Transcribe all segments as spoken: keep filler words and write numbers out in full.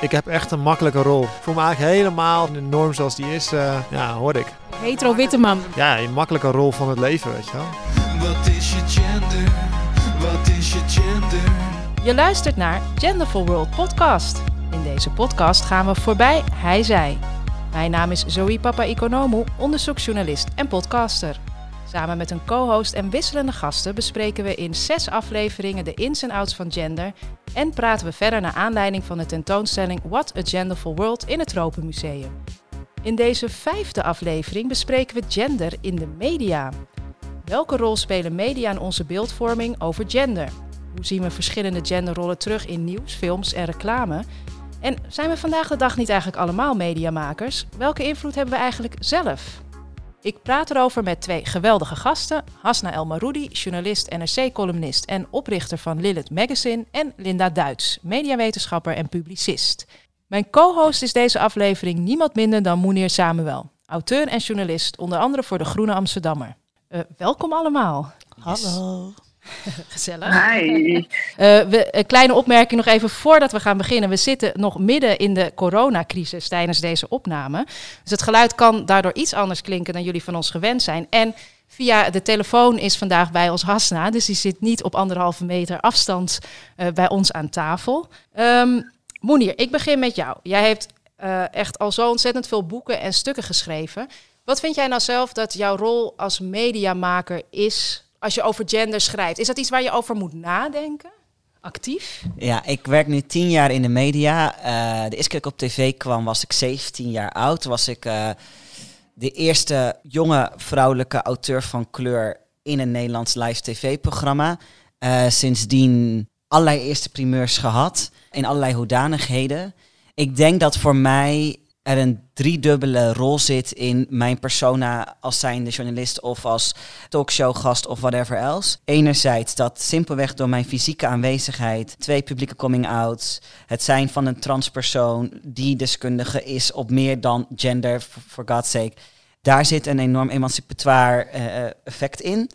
Ik heb echt een makkelijke rol. Ik voel me eigenlijk helemaal in de norm zoals die is, uh, ja, hoor ik. Hetero witte man. Ja, een makkelijke rol van het leven, weet je wel. Wat is je gender? Wat is je gender? Je luistert naar Genderful World Podcast. In deze podcast gaan we voorbij hij-zij. Mijn naam is Zoe Papaikonomou, onderzoeksjournalist en podcaster. Samen met een co-host en wisselende gasten bespreken we in zes afleveringen de ins en outs van gender en praten we verder naar aanleiding van de tentoonstelling What a Genderful World in het Tropenmuseum. In deze vijfde aflevering bespreken we gender in de media. Welke rol spelen media in onze beeldvorming over gender? Hoe zien we verschillende genderrollen terug in nieuws, films en reclame? En zijn we vandaag de dag niet eigenlijk allemaal mediamakers? Welke invloed hebben we eigenlijk zelf? Ik praat erover met twee geweldige gasten. Hasna El-Maroudi, journalist, N R C-columnist en oprichter van Lilith Magazine. En Linda Duits, mediawetenschapper en publicist. Mijn co-host is deze aflevering niemand minder dan Mounir Samuel. Auteur en journalist, onder andere voor de Groene Amsterdammer. Uh, welkom allemaal. Hallo. Gezellig. Hi. Uh, we, een kleine opmerking nog even voordat we gaan beginnen. We zitten nog midden in de coronacrisis tijdens deze opname. Dus het geluid kan daardoor iets anders klinken dan jullie van ons gewend zijn. En via de telefoon is vandaag bij ons Hasna. Dus die zit niet op anderhalve meter afstand uh, bij ons aan tafel. Um, Mounir, ik begin met jou. Jij hebt uh, echt al zo ontzettend veel boeken en stukken geschreven. Wat vind jij nou zelf dat jouw rol als mediamaker is als je over gender schrijft? Is dat iets waar je over moet nadenken? Actief? Ja, ik werk nu tien jaar in de media. Uh, de eerste keer dat ik op tv kwam was ik zeventien jaar oud. Toen was ik uh, de eerste jonge vrouwelijke auteur van kleur in een Nederlands live tv-programma. Uh, sindsdien allerlei eerste primeurs gehad in allerlei hoedanigheden. Ik denk dat voor mij er een driedubbele rol zit in mijn persona als zijnde journalist of als talkshowgast of whatever else. Enerzijds dat simpelweg door mijn fysieke aanwezigheid, twee publieke coming-outs, het zijn van een transpersoon die deskundige is op meer dan gender, for God's sake. Daar zit een enorm emancipatoire uh, effect in.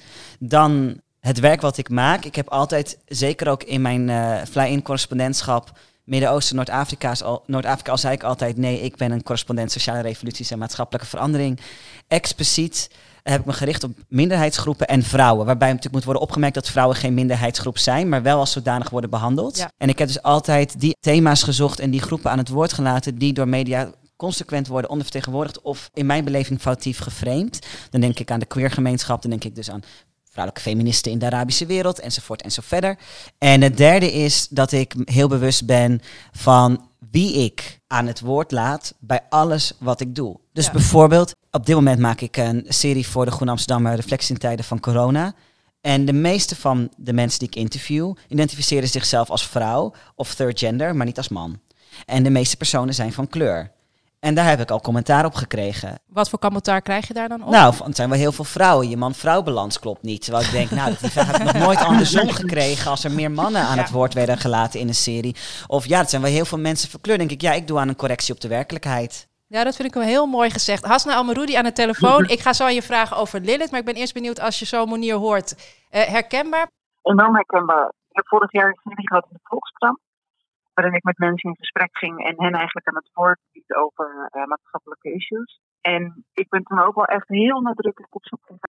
Dan het werk wat ik maak. Ik heb altijd, zeker ook in mijn uh, fly-in correspondentschap, Midden-Oosten, Noord-Afrika, al, Noord-Afrika, al zei ik altijd nee, ik ben een correspondent sociale revoluties en maatschappelijke verandering. Expliciet heb ik me gericht op minderheidsgroepen en vrouwen. Waarbij natuurlijk moet worden opgemerkt dat vrouwen geen minderheidsgroep zijn, maar wel als zodanig worden behandeld. Ja. En ik heb dus altijd die thema's gezocht en die groepen aan het woord gelaten die door media consequent worden ondervertegenwoordigd of in mijn beleving foutief geframed. Dan denk ik aan de queergemeenschap, dan denk ik dus aan vrouwelijke feministen in de Arabische wereld, enzovoort en zo verder. En het derde is dat ik heel bewust ben van wie ik aan het woord laat bij alles wat ik doe. Dus ja. Bijvoorbeeld, op dit moment maak ik een serie voor de Groene Amsterdammer, Reflectie in tijden van corona. En de meeste van de mensen die ik interview identificeren zichzelf als vrouw of third gender, maar niet als man. En de meeste personen zijn van kleur. En daar heb ik al commentaar op gekregen. Wat voor commentaar krijg je daar dan op? Nou, het zijn wel heel veel vrouwen. Je man-vrouw balans klopt niet. Terwijl ik denk, nou, die vraag heb ik nog nooit andersom gekregen als er meer mannen aan ja. het woord werden gelaten in een serie. Of ja, het zijn wel heel veel mensen van kleur. Denk ik, ja, ik doe aan een correctie op de werkelijkheid. Ja, dat vind ik wel heel mooi gezegd. Hasna El-Maroudi aan de telefoon. Ik ga zo aan je vragen over Lilith, maar ik ben eerst benieuwd als je zo'n Mounir hoort. Uh, herkenbaar? Enorm herkenbaar. Ik heb vorig jaar een serie gehad in de Volkskrant, waarin ik met mensen in gesprek ging en hen eigenlijk aan het woord liet over uh, maatschappelijke issues. En ik ben toen ook wel echt heel nadrukkelijk op zoek gegaan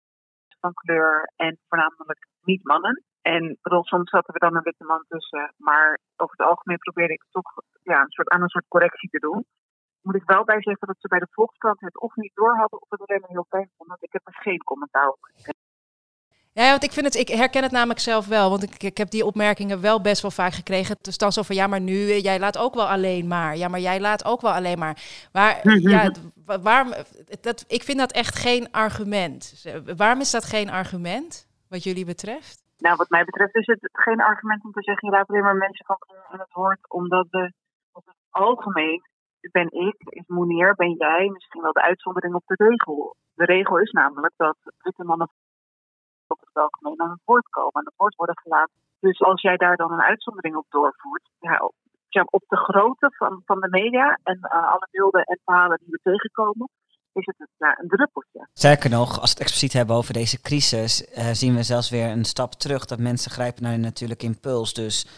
van kleur en voornamelijk niet mannen. En bedoel, soms zaten we dan een witte man tussen, maar over het algemeen probeerde ik toch ja, een soort, aan een soort correctie te doen. Moet ik wel bij zeggen dat ze bij de Volkskrant het of niet door hadden of het alleen maar heel fijn vonden, want ik heb er geen commentaar op gekregen. Ja, want ik vind het, ik herken het namelijk zelf wel, want ik, ik heb die opmerkingen wel best wel vaak gekregen. Dus dan zo van, ja, maar nu, jij laat ook wel alleen maar. Ja, maar jij laat ook wel alleen maar. Maar ja, waarom, dat, ik vind dat echt geen argument. Waarom is dat geen argument, wat jullie betreft? Nou, wat mij betreft is het geen argument om te zeggen, je laat alleen maar mensen van kleur aan het woord, omdat we op het algemeen, ben ik, is Mounir, ben jij, misschien wel de uitzondering op de regel. De regel is namelijk dat witte mannen op het algemeen aan het woord komen, aan het woord worden gelaten. Dus als jij daar dan een uitzondering op doorvoert, ja, op, ja, op de grootte van, van de media en uh, alle beelden en verhalen die we tegenkomen, is het ja, een druppeltje. Sterker nog, als we het expliciet hebben over deze crisis, uh, zien we zelfs weer een stap terug dat mensen grijpen naar een natuurlijke impuls. Dus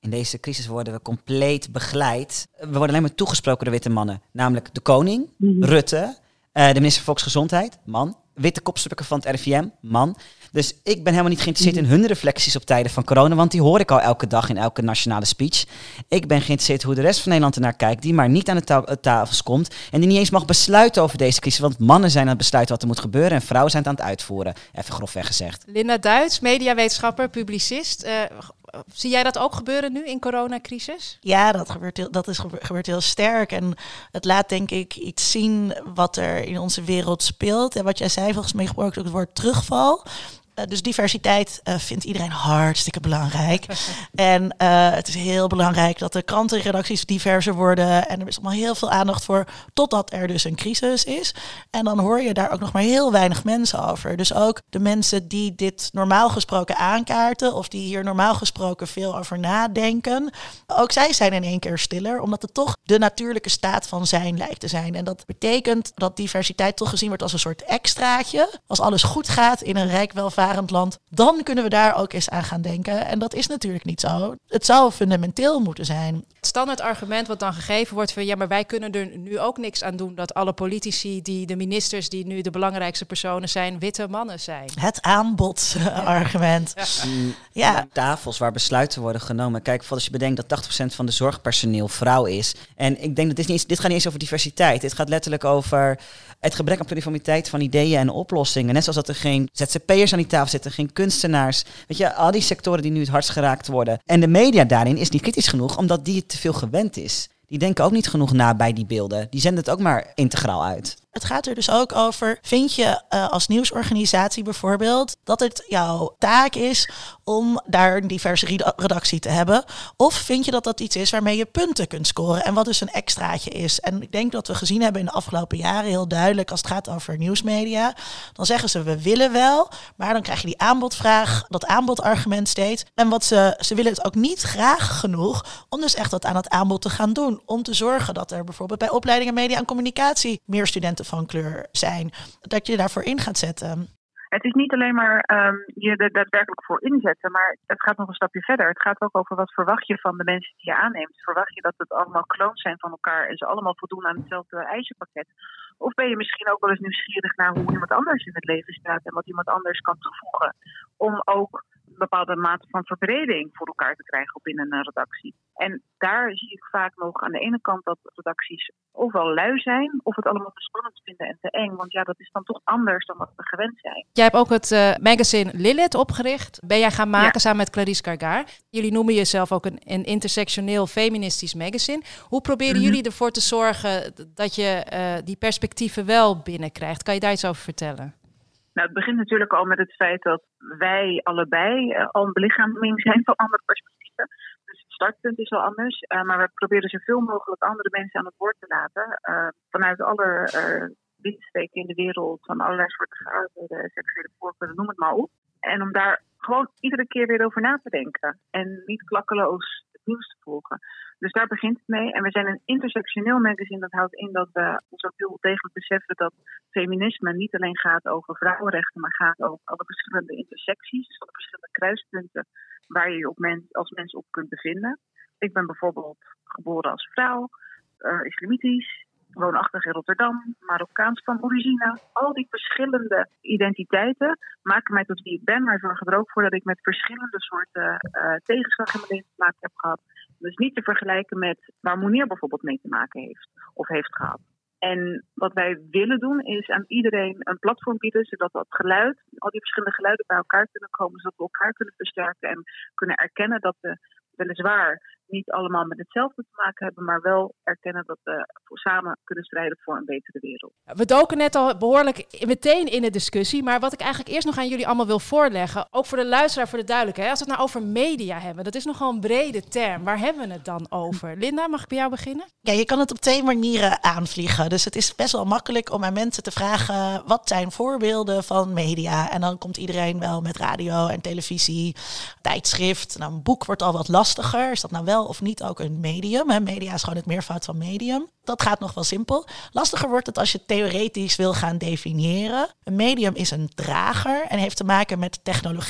In deze crisis worden we compleet begeleid. We worden alleen maar toegesproken door witte mannen. Namelijk de koning, mm-hmm. Rutte, uh, de minister van Volksgezondheid, man. Witte kopstukken van het R I V M, man. Dus ik ben helemaal niet geïnteresseerd in hun reflecties op tijden van corona, want die hoor ik al elke dag in elke nationale speech. Ik ben geïnteresseerd hoe de rest van Nederland ernaar kijkt, die maar niet aan de ta- tafels komt en die niet eens mag besluiten over deze crisis, want mannen zijn aan het besluiten wat er moet gebeuren en vrouwen zijn het aan het uitvoeren. Even grofweg gezegd. Linda Duits, mediawetenschapper, publicist. Uh, zie jij dat ook gebeuren nu in coronacrisis? Ja, dat gebeurt heel, dat is gebe- gebeurt heel sterk. En het laat denk ik iets zien wat er in onze wereld speelt. En wat jij zei, volgens mij gebruik ik ook het woord terugval. Uh, dus diversiteit uh, vindt iedereen hartstikke belangrijk. En uh, het is heel belangrijk dat de krantenredacties diverser worden. En er is allemaal heel veel aandacht voor, totdat er dus een crisis is. En dan hoor je daar ook nog maar heel weinig mensen over. Dus ook de mensen die dit normaal gesproken aankaarten, of die hier normaal gesproken veel over nadenken, ook zij zijn in één keer stiller, omdat het toch de natuurlijke staat van zijn lijkt te zijn. En dat betekent dat diversiteit toch gezien wordt als een soort extraatje. Als alles goed gaat in een rijk welvarend land, dan kunnen we daar ook eens aan gaan denken. En dat is natuurlijk niet zo. Het zou fundamenteel moeten zijn. Het standaard argument wat dan gegeven wordt van ja, maar wij kunnen er nu ook niks aan doen dat alle politici, die de ministers die nu de belangrijkste personen zijn, witte mannen zijn. Het aanbodargument. Ja. Mm, ja. Tafels waar besluiten worden genomen. Kijk, als je bedenkt dat tachtig procent van de zorgpersoneel vrouw is. En ik denk dat dit, niet eens, dit gaat niet eens over diversiteit. Dit gaat letterlijk over het gebrek aan pluriformiteit van ideeën en oplossingen. Net zoals dat er geen Z Z P'ers aan die tafel zitten, geen kunstenaars. Weet je, al die sectoren die nu het hardst geraakt worden. En de media daarin is niet kritisch genoeg, omdat die het te veel gewend is. Die denken ook niet genoeg na bij die beelden. Die zenden het ook maar integraal uit. Het gaat er dus ook over, vind je uh, als nieuwsorganisatie bijvoorbeeld, dat het jouw taak is om daar een diverse redactie te hebben? Of vind je dat dat iets is waarmee je punten kunt scoren en wat dus een extraatje is? En ik denk dat we gezien hebben in de afgelopen jaren heel duidelijk, als het gaat over nieuwsmedia, dan zeggen ze we willen wel, maar dan krijg je die aanbodvraag, dat aanbodargument steeds. En wat ze, ze willen het ook niet graag genoeg om dus echt wat aan het aanbod te gaan doen. Om te zorgen dat er bijvoorbeeld bij opleidingen media en communicatie meer studenten van kleur zijn. Dat je daarvoor in gaat zetten. Het is niet alleen maar um, je er daadwerkelijk voor inzetten, maar het gaat nog een stapje verder. Het gaat ook over wat verwacht je van de mensen die je aanneemt. Verwacht je dat het allemaal clones zijn van elkaar en ze allemaal voldoen aan hetzelfde eisenpakket? Of ben je misschien ook wel eens nieuwsgierig naar hoe iemand anders in het leven staat en wat iemand anders kan toevoegen om ook een bepaalde mate van verbreding voor elkaar te krijgen op binnen een redactie. En daar zie ik vaak nog aan de ene kant dat redacties ofwel lui zijn, of het allemaal te spannend vinden en te eng. Want ja, dat is dan toch anders dan wat we gewend zijn. Jij hebt ook het uh, magazine Lilith opgericht. Ben jij gaan maken ja. samen met Clarice Gargar. Jullie noemen jezelf ook een, een intersectioneel feministisch magazine. Hoe proberen mm-hmm. jullie ervoor te zorgen dat je uh, die perspectieven wel binnenkrijgt? Kan je daar iets over vertellen? Nou, het begint natuurlijk al met het feit dat wij allebei uh, al een belichaming zijn van andere perspectieven. Dus het startpunt is al anders. Uh, maar we proberen zoveel mogelijk andere mensen aan het woord te laten. Uh, vanuit alle uh, windstreken in de wereld, van allerlei soorten geaarderde seksuele voorkeuren, noem het maar op. En om daar gewoon iedere keer weer over na te denken. En niet klakkeloos het nieuws te volgen. Dus daar begint het mee. En we zijn een intersectioneel magazine. Dat houdt in dat we ons ook heel degelijk beseffen dat feminisme niet alleen gaat over vrouwenrechten, maar gaat over alle verschillende intersecties. Dus alle verschillende kruispunten waar je je op mens, als mens op kunt bevinden. Ik ben bijvoorbeeld geboren als vrouw, uh, islamitisch, woonachtig in Rotterdam, Marokkaans van origine. Al die verschillende identiteiten maken mij tot wie ik ben, maar zorgen er ook voor dat ik met verschillende soorten uh, tegenslag in mijn leven te maken heb gehad. Dus niet te vergelijken met waar Mounir bijvoorbeeld mee te maken heeft of heeft gehad. En wat wij willen doen is aan iedereen een platform bieden, zodat dat geluid, al die verschillende geluiden bij elkaar kunnen komen, zodat we elkaar kunnen versterken en kunnen erkennen dat we weliswaar niet allemaal met hetzelfde te maken hebben, maar wel erkennen dat we samen kunnen strijden voor een betere wereld. We doken net al behoorlijk meteen in de discussie, maar wat ik eigenlijk eerst nog aan jullie allemaal wil voorleggen, ook voor de luisteraar, voor de duidelijkheid, als we het nou over media hebben, dat is nogal een brede term. Waar hebben we het dan over? Linda, mag ik bij jou beginnen? Ja, je kan het op twee manieren aanvliegen. Dus het is best wel makkelijk om aan mensen te vragen, wat zijn voorbeelden van media? En dan komt iedereen wel met radio en televisie, tijdschrift. Nou, een boek wordt al wat lastiger. Is dat nou wel of niet ook een medium? Hè? Media is gewoon het meervoud van medium. Dat gaat nog wel simpel. Lastiger wordt het als je theoretisch wil gaan definiëren. Een medium is een drager en heeft te maken met technologie.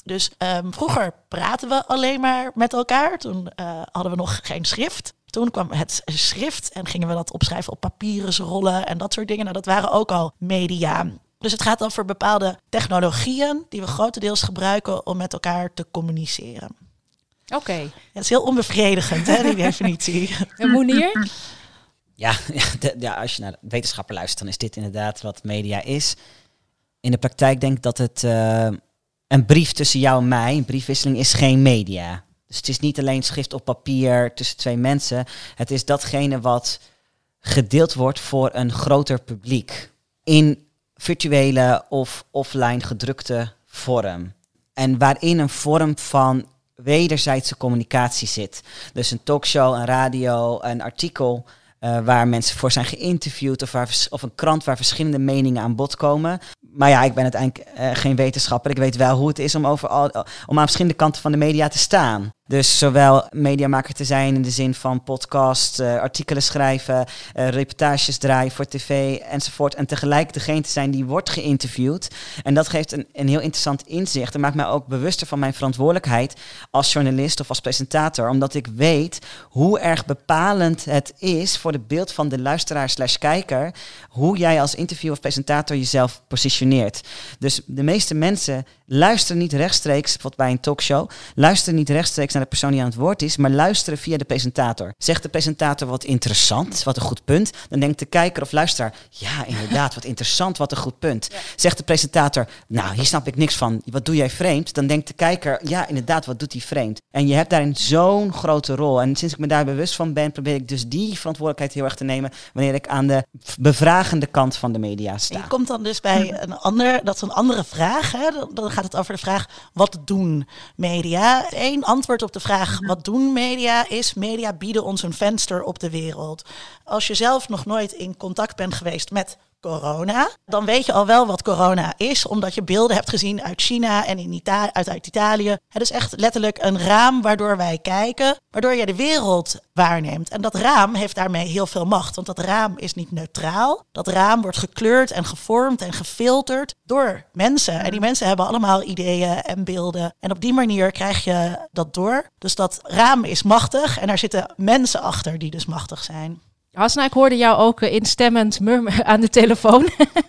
Dus um, vroeger praten we alleen maar met elkaar. Toen uh, hadden we nog geen schrift. Toen kwam het schrift en gingen we dat opschrijven op papyrusrollen en dat soort dingen. Nou, dat waren ook al media. Dus het gaat over bepaalde technologieën die we grotendeels gebruiken om met elkaar te communiceren. Oké. Okay. Ja, het is heel onbevredigend, hè, die definitie. En Mounir? Ja, de, ja, als je naar de wetenschapper luistert, dan is dit inderdaad wat media is. In de praktijk denk ik dat het uh, een brief tussen jou en mij, een briefwisseling, is geen media. Dus het is niet alleen schrift op papier tussen twee mensen. Het is datgene wat gedeeld wordt voor een groter publiek. In virtuele of offline gedrukte vorm. En waarin een vorm van wederzijdse communicatie zit. Dus een talkshow, een radio, een artikel uh, waar mensen voor zijn geïnterviewd of, waar, of een krant waar verschillende meningen aan bod komen. Maar ja, ik ben uiteindelijk uh, geen wetenschapper. Ik weet wel hoe het is om, over al, om aan verschillende kanten van de media te staan. Dus zowel mediamaker te zijn in de zin van podcast, uh, artikelen schrijven, uh, reportages draaien voor tv enzovoort. En tegelijk degene te zijn die wordt geïnterviewd. En dat geeft een, een heel interessant inzicht. En maakt mij ook bewuster van mijn verantwoordelijkheid als journalist of als presentator. Omdat ik weet hoe erg bepalend het is voor het beeld van de luisteraar slash kijker. Hoe jij als interview of presentator jezelf positioneert. Dus de meeste mensen luisteren niet rechtstreeks, bijvoorbeeld bij een talkshow, luisteren niet rechtstreeks naar de persoon die aan het woord is, maar luisteren via de presentator. Zegt de presentator wat interessant, wat een goed punt, dan denkt de kijker of luisteraar, ja inderdaad, wat interessant, wat een goed punt. Ja. Zegt de presentator, nou hier snap ik niks van, wat doe jij vreemd? Dan denkt de kijker, ja inderdaad, wat doet hij vreemd? En je hebt daarin zo'n grote rol. En sinds ik me daar bewust van ben, probeer ik dus die verantwoordelijkheid heel erg te nemen wanneer ik aan de bevragende kant van de media sta. En je komt dan dus bij een ander, dat is een andere vraag, hè? Dan gaat het over de vraag, wat doen media? Eén antwoord op de vraag, wat doen media, is media bieden ons een venster op de wereld. Als je zelf nog nooit in contact bent geweest met corona, dan weet je al wel wat corona is, omdat je beelden hebt gezien uit China en in Ita- uit, uit Italië. Het is echt letterlijk een raam waardoor wij kijken, waardoor je de wereld waarneemt. En dat raam heeft daarmee heel veel macht, want dat raam is niet neutraal. Dat raam wordt gekleurd en gevormd en gefilterd door mensen. En die mensen hebben allemaal ideeën en beelden. En op die manier krijg je dat door. Dus dat raam is machtig en daar zitten mensen achter die dus machtig zijn. Hasna, ik hoorde jou ook instemmend murmelen aan de telefoon.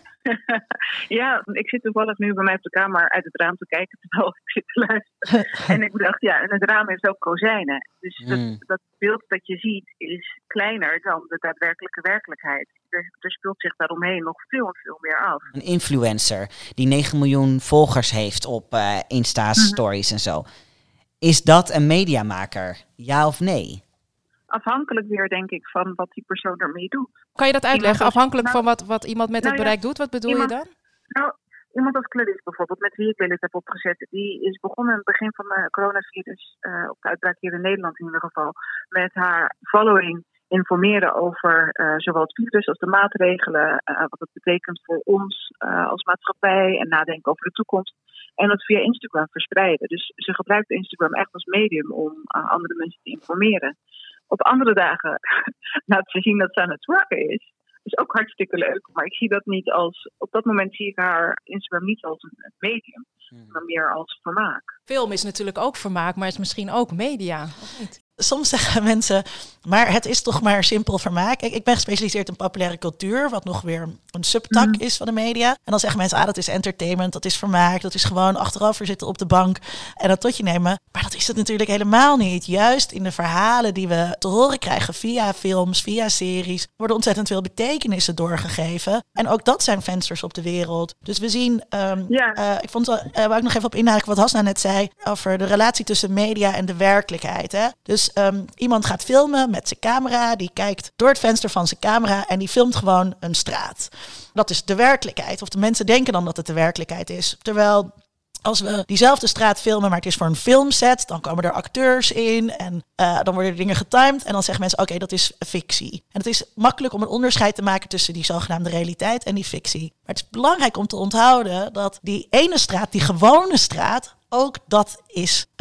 Ja, ik zit toevallig nu bij mij op de kamer uit het raam te kijken terwijl ik zit te luisteren. En ik dacht, ja, en het raam heeft ook kozijnen. Dus Mm. dat, dat beeld dat je ziet is kleiner dan de daadwerkelijke werkelijkheid. Er, er speelt zich daaromheen nog veel en veel meer af. Een influencer die negen miljoen volgers heeft op uh, Insta-stories mm-hmm. en zo. Is dat een mediamaker? Ja of nee? Afhankelijk weer, denk ik, van wat die persoon ermee doet. Kan je dat uitleggen? Als, Afhankelijk nou, van wat, wat iemand met nou het bereik ja, doet? Wat bedoel iemand, je dan? Nou, iemand als Clarisse bijvoorbeeld, met wie ik wel eens heb opgezet, die is begonnen in het begin van de coronavirus, uh, op de uitbraak hier in Nederland in ieder geval, met haar following informeren over uh, zowel het virus als de maatregelen, uh, wat het betekent voor ons uh, als maatschappij en nadenken over de toekomst. En dat via Instagram verspreiden. Dus ze gebruikt Instagram echt als medium om uh, andere mensen te informeren. Op andere dagen laat ze zien dat ze aan het werken is. Dat is ook hartstikke leuk. Maar ik zie dat niet als... Op dat moment zie ik haar Instagram niet als een medium. Hmm. Maar meer als vermaak. Film is natuurlijk ook vermaak, maar is misschien ook media, of niet? Soms zeggen mensen, maar het is toch maar simpel vermaak. Ik, ik ben gespecialiseerd in populaire cultuur, wat nog weer een subtak mm. is van de media. En dan zeggen mensen, ah, dat is entertainment, dat is vermaak, dat is gewoon achterover zitten op de bank en dat tot je nemen. Maar dat is het natuurlijk helemaal niet. Juist in de verhalen die we te horen krijgen via films, via series, worden ontzettend veel betekenissen doorgegeven. En ook dat zijn vensters op de wereld. Dus we zien, um, ja. uh, ik vond, uh, wou ik nog even op inhaken wat Hasna net zei, over de relatie tussen media en de werkelijkheid. Hè? Dus Um, iemand gaat filmen met zijn camera, die kijkt door het venster van zijn camera en die filmt gewoon een straat. Dat is de werkelijkheid. Of de mensen denken dan dat het de werkelijkheid is. Terwijl als we diezelfde straat filmen, maar het is voor een filmset, dan komen er acteurs in en uh, dan worden er dingen getimed en dan zeggen mensen, oké, okay, dat is fictie. En het is makkelijk om een onderscheid te maken tussen die zogenaamde realiteit en die fictie. Maar het is belangrijk om te onthouden dat die ene straat, die gewone straat, ook dat is een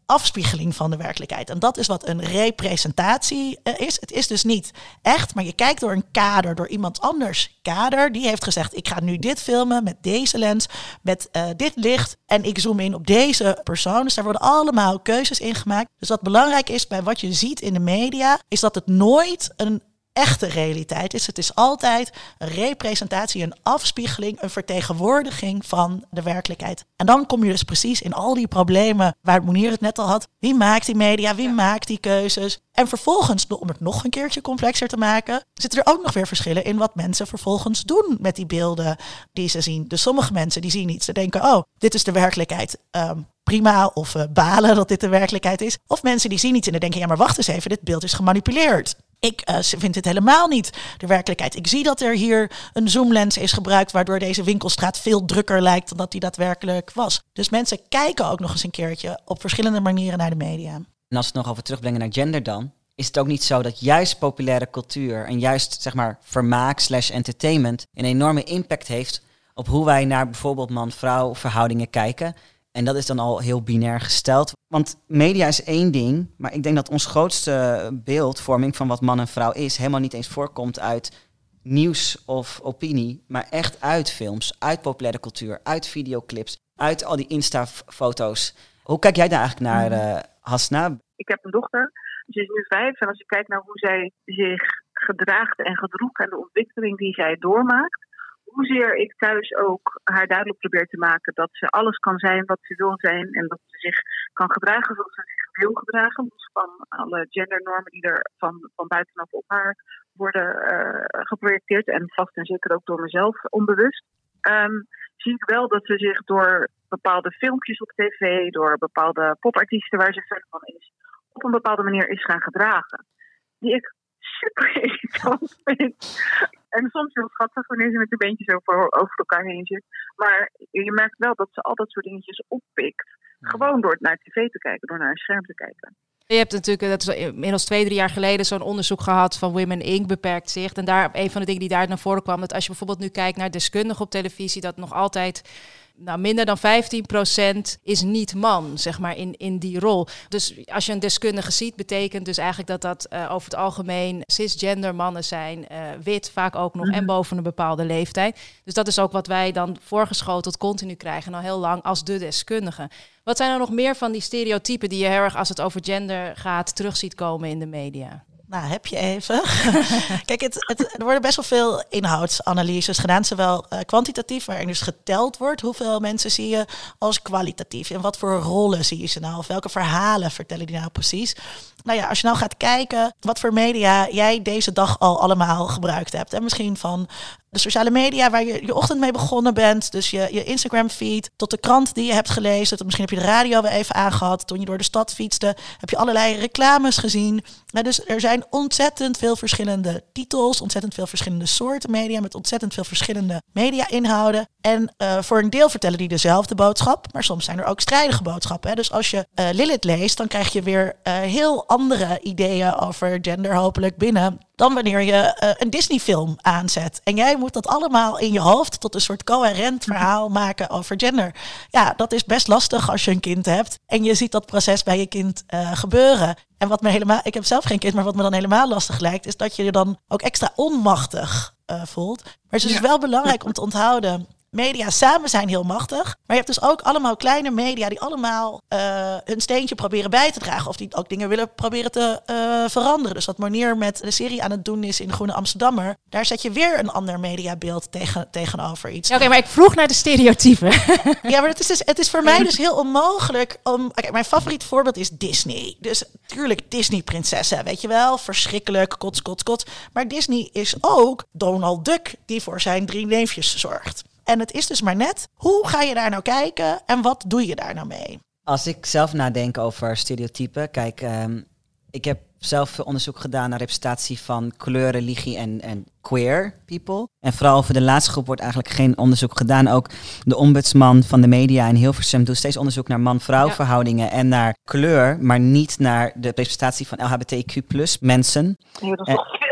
afspiegeling van de werkelijkheid. En dat is wat een representatie uh, is. Het is dus niet echt, maar je kijkt door een kader, door iemand anders kader. Die heeft gezegd, ik ga nu dit filmen met deze lens, met uh, dit licht. En ik zoom in op deze persoon. Dus daar worden allemaal keuzes in gemaakt. Dus wat belangrijk is bij wat je ziet in de media, is dat het nooit een echte realiteit is. Het is altijd een representatie, een afspiegeling, een vertegenwoordiging van de werkelijkheid. En dan kom je dus precies in al die problemen waar Monier het net al had. Wie maakt die media? Wie ja. maakt die keuzes? En vervolgens, om het nog een keertje complexer te maken, zitten er ook nog weer verschillen in wat mensen vervolgens doen met die beelden die ze zien. Dus sommige mensen die zien iets, ze denken, oh, dit is de werkelijkheid. Um, prima, of uh, balen dat dit de werkelijkheid is. Of mensen die zien iets en dan denken, ja, maar wacht eens even, dit beeld is gemanipuleerd. Ik uh, vind dit helemaal niet de werkelijkheid. Ik zie dat er hier een zoomlens is gebruikt, waardoor deze winkelstraat veel drukker lijkt dan dat die daadwerkelijk was. Dus mensen kijken ook nog eens een keertje op verschillende manieren naar de media. En als we het nog over terugbrengen naar gender dan, is het ook niet zo dat juist populaire cultuur en juist zeg maar vermaak slash entertainment een enorme impact heeft op hoe wij naar bijvoorbeeld man-vrouw verhoudingen kijken. En dat is dan al heel binair gesteld. Want media is één ding, maar ik denk dat ons grootste beeldvorming van wat man en vrouw is helemaal niet eens voorkomt uit nieuws of opinie, maar echt uit films, uit populaire cultuur, uit videoclips, uit al die Insta-foto's. Hoe kijk jij daar eigenlijk naar, uh, Hasna? Ik heb een dochter, ze is nu vijf. En als je kijkt naar hoe zij zich gedraagt en gedroeg en de ontwikkeling die zij doormaakt, hoezeer ik thuis ook haar duidelijk probeer te maken dat ze alles kan zijn wat ze wil zijn en dat ze zich kan gedragen zoals ze zich wil gedragen. Dus van alle gendernormen die er van, van buitenaf op haar worden uh, geprojecteerd en vast en zeker ook door mezelf onbewust. Um, zie ik wel dat ze zich door bepaalde filmpjes op tv, door bepaalde popartiesten waar ze fan van is, op een bepaalde manier is gaan gedragen. Die ik super irritant vind. En soms heel schattig wanneer ze met de beentjes over, over elkaar heen zit. Maar je merkt wel dat ze al dat soort dingetjes oppikt. Gewoon door naar tv te kijken, door naar een scherm te kijken. Je hebt natuurlijk, dat is inmiddels twee, drie jaar geleden zo'n onderzoek gehad van Women Incorporated, beperkt zicht. En daar, een van de dingen die daar naar voren kwam, dat als je bijvoorbeeld nu kijkt naar deskundigen op televisie, dat nog altijd nou, minder dan vijftien procent is niet man, zeg maar, in, in die rol. Dus als je een deskundige ziet, betekent dus eigenlijk dat dat uh, over het algemeen cisgender mannen zijn, uh, wit vaak ook nog, mm-hmm. en boven een bepaalde leeftijd. Dus dat is ook wat wij dan voorgeschoteld continu krijgen, al heel lang als de deskundige. Wat zijn er nog meer van die stereotypen die je heel erg, als het over gender gaat, terug ziet komen in de media? Nou, heb je even. Kijk, het, het, er worden best wel veel inhoudsanalyses gedaan, zowel uh, kwantitatief, waarin dus geteld wordt hoeveel mensen zie je, als kwalitatief. En wat voor rollen zie je ze nou, of welke verhalen vertellen die nou precies. Nou ja, als je nou gaat kijken wat voor media jij deze dag al allemaal gebruikt hebt. En misschien van de sociale media waar je je ochtend mee begonnen bent. Dus je, je Instagram feed, tot de krant die je hebt gelezen. Tot misschien heb je de radio weer even aangehad. Toen je door de stad fietste, heb je allerlei reclames gezien. Nou, dus er zijn ontzettend veel verschillende titels, ontzettend veel verschillende soorten media, met ontzettend veel verschillende media-inhouden. En uh, voor een deel vertellen die dezelfde boodschap, maar soms zijn er ook strijdige boodschappen. Hè? Dus als je uh, Lilith leest, dan krijg je weer uh, heel andere ideeën over gender hopelijk binnen dan wanneer je uh, een Disney-film aanzet. En jij moet dat allemaal in je hoofd tot een soort coherent verhaal maken over gender. Ja, dat is best lastig als je een kind hebt en je ziet dat proces bij je kind uh, gebeuren. En wat me helemaal, ik heb zelf geen kind, maar wat me dan helemaal lastig lijkt, is dat je je dan ook extra onmachtig uh, voelt. Maar het is dus ja. wel belangrijk om te onthouden, media samen zijn heel machtig, maar je hebt dus ook allemaal kleine media die allemaal uh, hun steentje proberen bij te dragen of die ook dingen willen proberen te uh, veranderen. Dus wat Monier met de serie aan het doen is in Groene Amsterdammer, daar zet je weer een ander mediabeeld tegen, tegenover iets. Ja, Oké, okay, maar ik vroeg naar de stereotypen. Ja, maar het is, dus, het is voor mij dus heel onmogelijk om... Kijk, mijn favoriet voorbeeld is Disney. Dus tuurlijk Disney-prinsessen, weet je wel, verschrikkelijk, kots, kots, kots. Maar Disney is ook Donald Duck die voor zijn drie neefjes zorgt. En het is dus maar net, hoe ga je daar nou kijken en wat doe je daar nou mee? Als ik zelf nadenk over stereotypen, kijk, um, ik heb zelf onderzoek gedaan naar representatie van kleur, religie en, en queer people. En vooral over de laatste groep wordt eigenlijk geen onderzoek gedaan. Ook de ombudsman van de media in Hilversum doet steeds onderzoek naar man-vrouw verhoudingen ja. en naar kleur, maar niet naar de representatie van L H B T Q plus mensen. Ja, dat is nog veel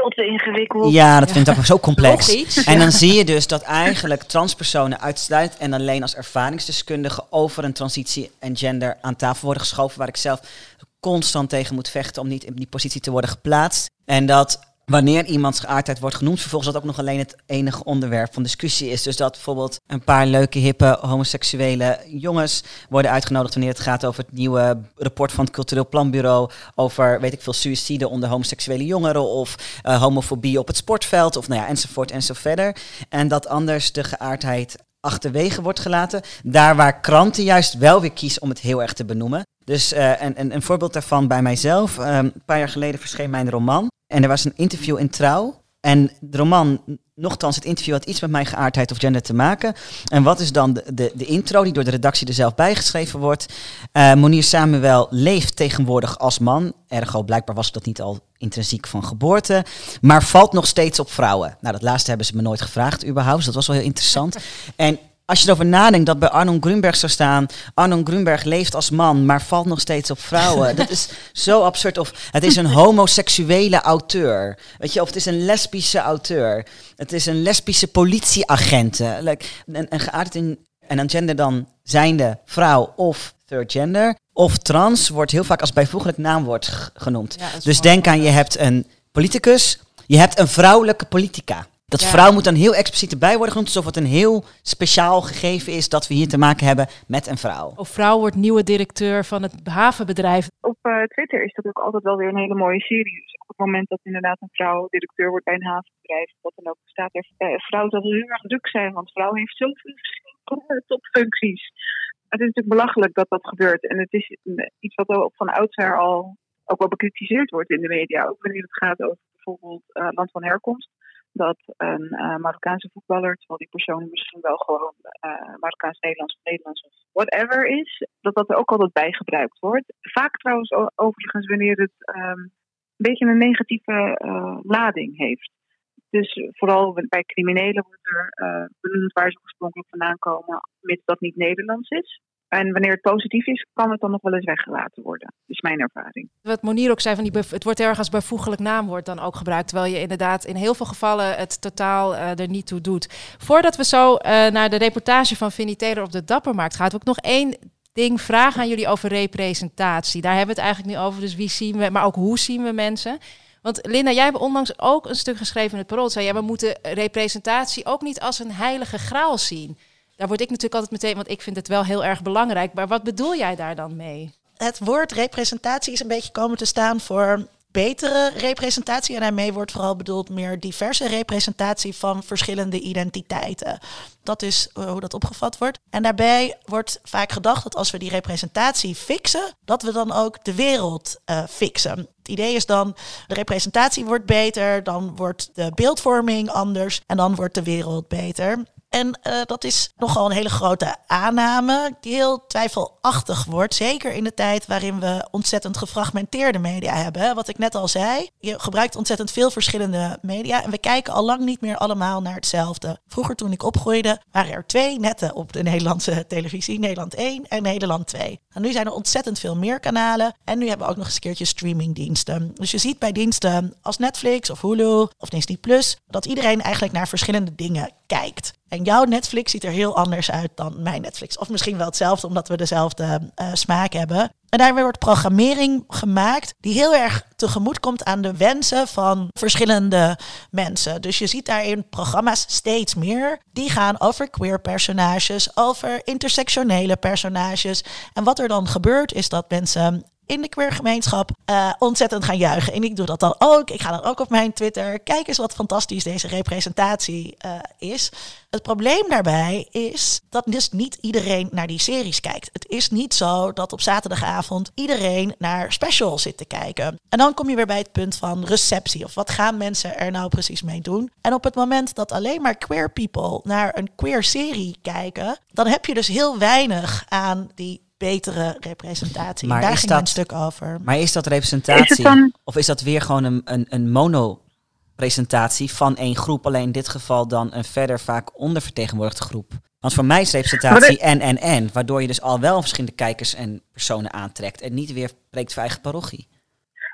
veel te ingewikkeld. Ja, dat vind ik ook zo complex. Nog iets. En dan zie je dus dat eigenlijk transpersonen uitsluitend en alleen als ervaringsdeskundigen over een transitie en gender aan tafel worden geschoven, waar ik zelf constant tegen moet vechten om niet in die positie te worden geplaatst. En dat wanneer iemands geaardheid wordt genoemd, vervolgens dat ook nog alleen het enige onderwerp van discussie is. Dus dat bijvoorbeeld een paar leuke, hippe, homoseksuele jongens worden uitgenodigd wanneer het gaat over het nieuwe rapport van het Cultureel Planbureau over, weet ik veel, suïcide onder homoseksuele jongeren of uh, homofobie op het sportveld of nou ja, enzovoort en zo verder. En dat anders de geaardheid achterwege wordt gelaten. Daar waar kranten juist wel weer kiezen om het heel erg te benoemen. Dus uh, een, een, een voorbeeld daarvan bij mijzelf. Um, een paar jaar geleden verscheen mijn roman. En er was een interview in Trouw. En de roman, nochtans het interview had iets met mijn geaardheid of gender te maken. En wat is dan de, de, de intro die door de redactie er zelf bijgeschreven wordt? Uh, Monier Samuel leeft tegenwoordig als man. Ergo, blijkbaar was dat niet al intrinsiek van geboorte. Maar valt nog steeds op vrouwen. Nou, dat laatste hebben ze me nooit gevraagd überhaupt. Dus dat was wel heel interessant. En als je erover nadenkt dat bij Arnon Grunberg zou staan, Arnon Grunberg leeft als man, maar valt nog steeds op vrouwen. Dat is zo absurd. Of het is een homoseksuele auteur. Weet je, of het is een lesbische auteur. Het is een lesbische politieagente. Like, en, en geaard in, en aan gender dan zijnde vrouw of third gender. Of trans wordt heel vaak als bijvoeglijk naamwoord g- genoemd. Ja, dus denk aan, je hebt een politicus, je hebt een vrouwelijke politica. Dat Ja. vrouw moet dan heel expliciet erbij worden genoemd, alsof het een heel speciaal gegeven is dat we hier te maken hebben met een vrouw. Of vrouw wordt nieuwe directeur van het havenbedrijf. Op uh, Twitter is dat ook altijd wel weer een hele mooie serie. Dus op het moment dat inderdaad een vrouw directeur wordt bij een havenbedrijf, wat dan ook, staat er, uh, vrouw zal heel erg druk zijn, want vrouw heeft zoveel verschillende topfuncties. Het is natuurlijk belachelijk dat dat gebeurt. En het is iets wat ook van oudsher al ook wel bekritiseerd wordt in de media. Ook wanneer het gaat over bijvoorbeeld uh, land van herkomst. Dat een uh, Marokkaanse voetballer, terwijl die persoon misschien wel gewoon uh, Marokkaans-Nederlands of Nederlands of whatever is, dat dat er ook altijd bij gebruikt wordt. Vaak trouwens o- overigens wanneer het um, een beetje een negatieve uh, lading heeft. Dus vooral bij criminelen wordt er uh, benoemd waar ze oorspronkelijk vandaan komen, mits dat niet Nederlands is. En wanneer het positief is, kan het dan nog wel eens weggelaten worden. Dat is mijn ervaring. Wat Monier ook zei, van die bev- het wordt erg als bijvoeglijk naamwoord dan ook gebruikt. Terwijl je inderdaad in heel veel gevallen het totaal uh, er niet toe doet. Voordat we zo uh, naar de reportage van Vinnie Taylor op de Dappermarkt gaan, wil ik nog één ding vragen aan jullie over representatie. Daar hebben we het eigenlijk nu over. Dus wie zien we, maar ook hoe zien we mensen? Want Linda, jij hebt onlangs ook een stuk geschreven in het Parool. Zei, ja, we moeten representatie ook niet als een heilige graal zien. Daar word ik natuurlijk altijd meteen, want ik vind het wel heel erg belangrijk. Maar wat bedoel jij daar dan mee? Het woord representatie is een beetje komen te staan voor betere representatie. En daarmee wordt vooral bedoeld meer diverse representatie van verschillende identiteiten. Dat is uh, hoe dat opgevat wordt. En daarbij wordt vaak gedacht dat als we die representatie fixen, dat we dan ook de wereld uh, fixen. Het idee is dan, de representatie wordt beter, dan wordt de beeldvorming anders en dan wordt de wereld beter. En uh, dat is nogal een hele grote aanname die heel twijfelachtig wordt. Zeker in de tijd waarin we ontzettend gefragmenteerde media hebben. Hè. Wat ik net al zei, je gebruikt ontzettend veel verschillende media. En we kijken al lang niet meer allemaal naar hetzelfde. Vroeger toen ik opgroeide waren er twee netten op de Nederlandse televisie. Nederland één en Nederland twee. En nu zijn er ontzettend veel meer kanalen. En nu hebben we ook nog eens een keertje streamingdiensten. Dus je ziet bij diensten als Netflix of Hulu of Disney Plus dat iedereen eigenlijk naar verschillende dingen kijkt. En jouw Netflix ziet er heel anders uit dan mijn Netflix. Of misschien wel hetzelfde, omdat we dezelfde uh, smaak hebben. En daarmee wordt programmering gemaakt die heel erg tegemoet komt aan de wensen van verschillende mensen. Dus je ziet daarin programma's steeds meer. Die gaan over queer personages, over intersectionele personages. En wat er dan gebeurt is dat mensen in de queergemeenschap uh, ontzettend gaan juichen. En ik doe dat dan ook. Ik ga dan ook op mijn Twitter. Kijk eens wat fantastisch deze representatie uh, is. Het probleem daarbij is dat dus niet iedereen naar die series kijkt. Het is niet zo dat op zaterdagavond iedereen naar specials zit te kijken. En dan kom je weer bij het punt van receptie. Of wat gaan mensen er nou precies mee doen? En op het moment dat alleen maar queer people naar een queer serie kijken, dan heb je dus heel weinig aan die betere representatie. Maar Daar is ging dat- een stuk over. Maar is dat representatie? Is het dan- Of is dat weer gewoon een, een, een mono-presentatie van één groep? Alleen in dit geval dan een verder vaak ondervertegenwoordigde groep. Want voor mij is representatie en, en, en. Waardoor je dus al wel verschillende kijkers en personen aantrekt. En niet weer preekt voor eigen parochie.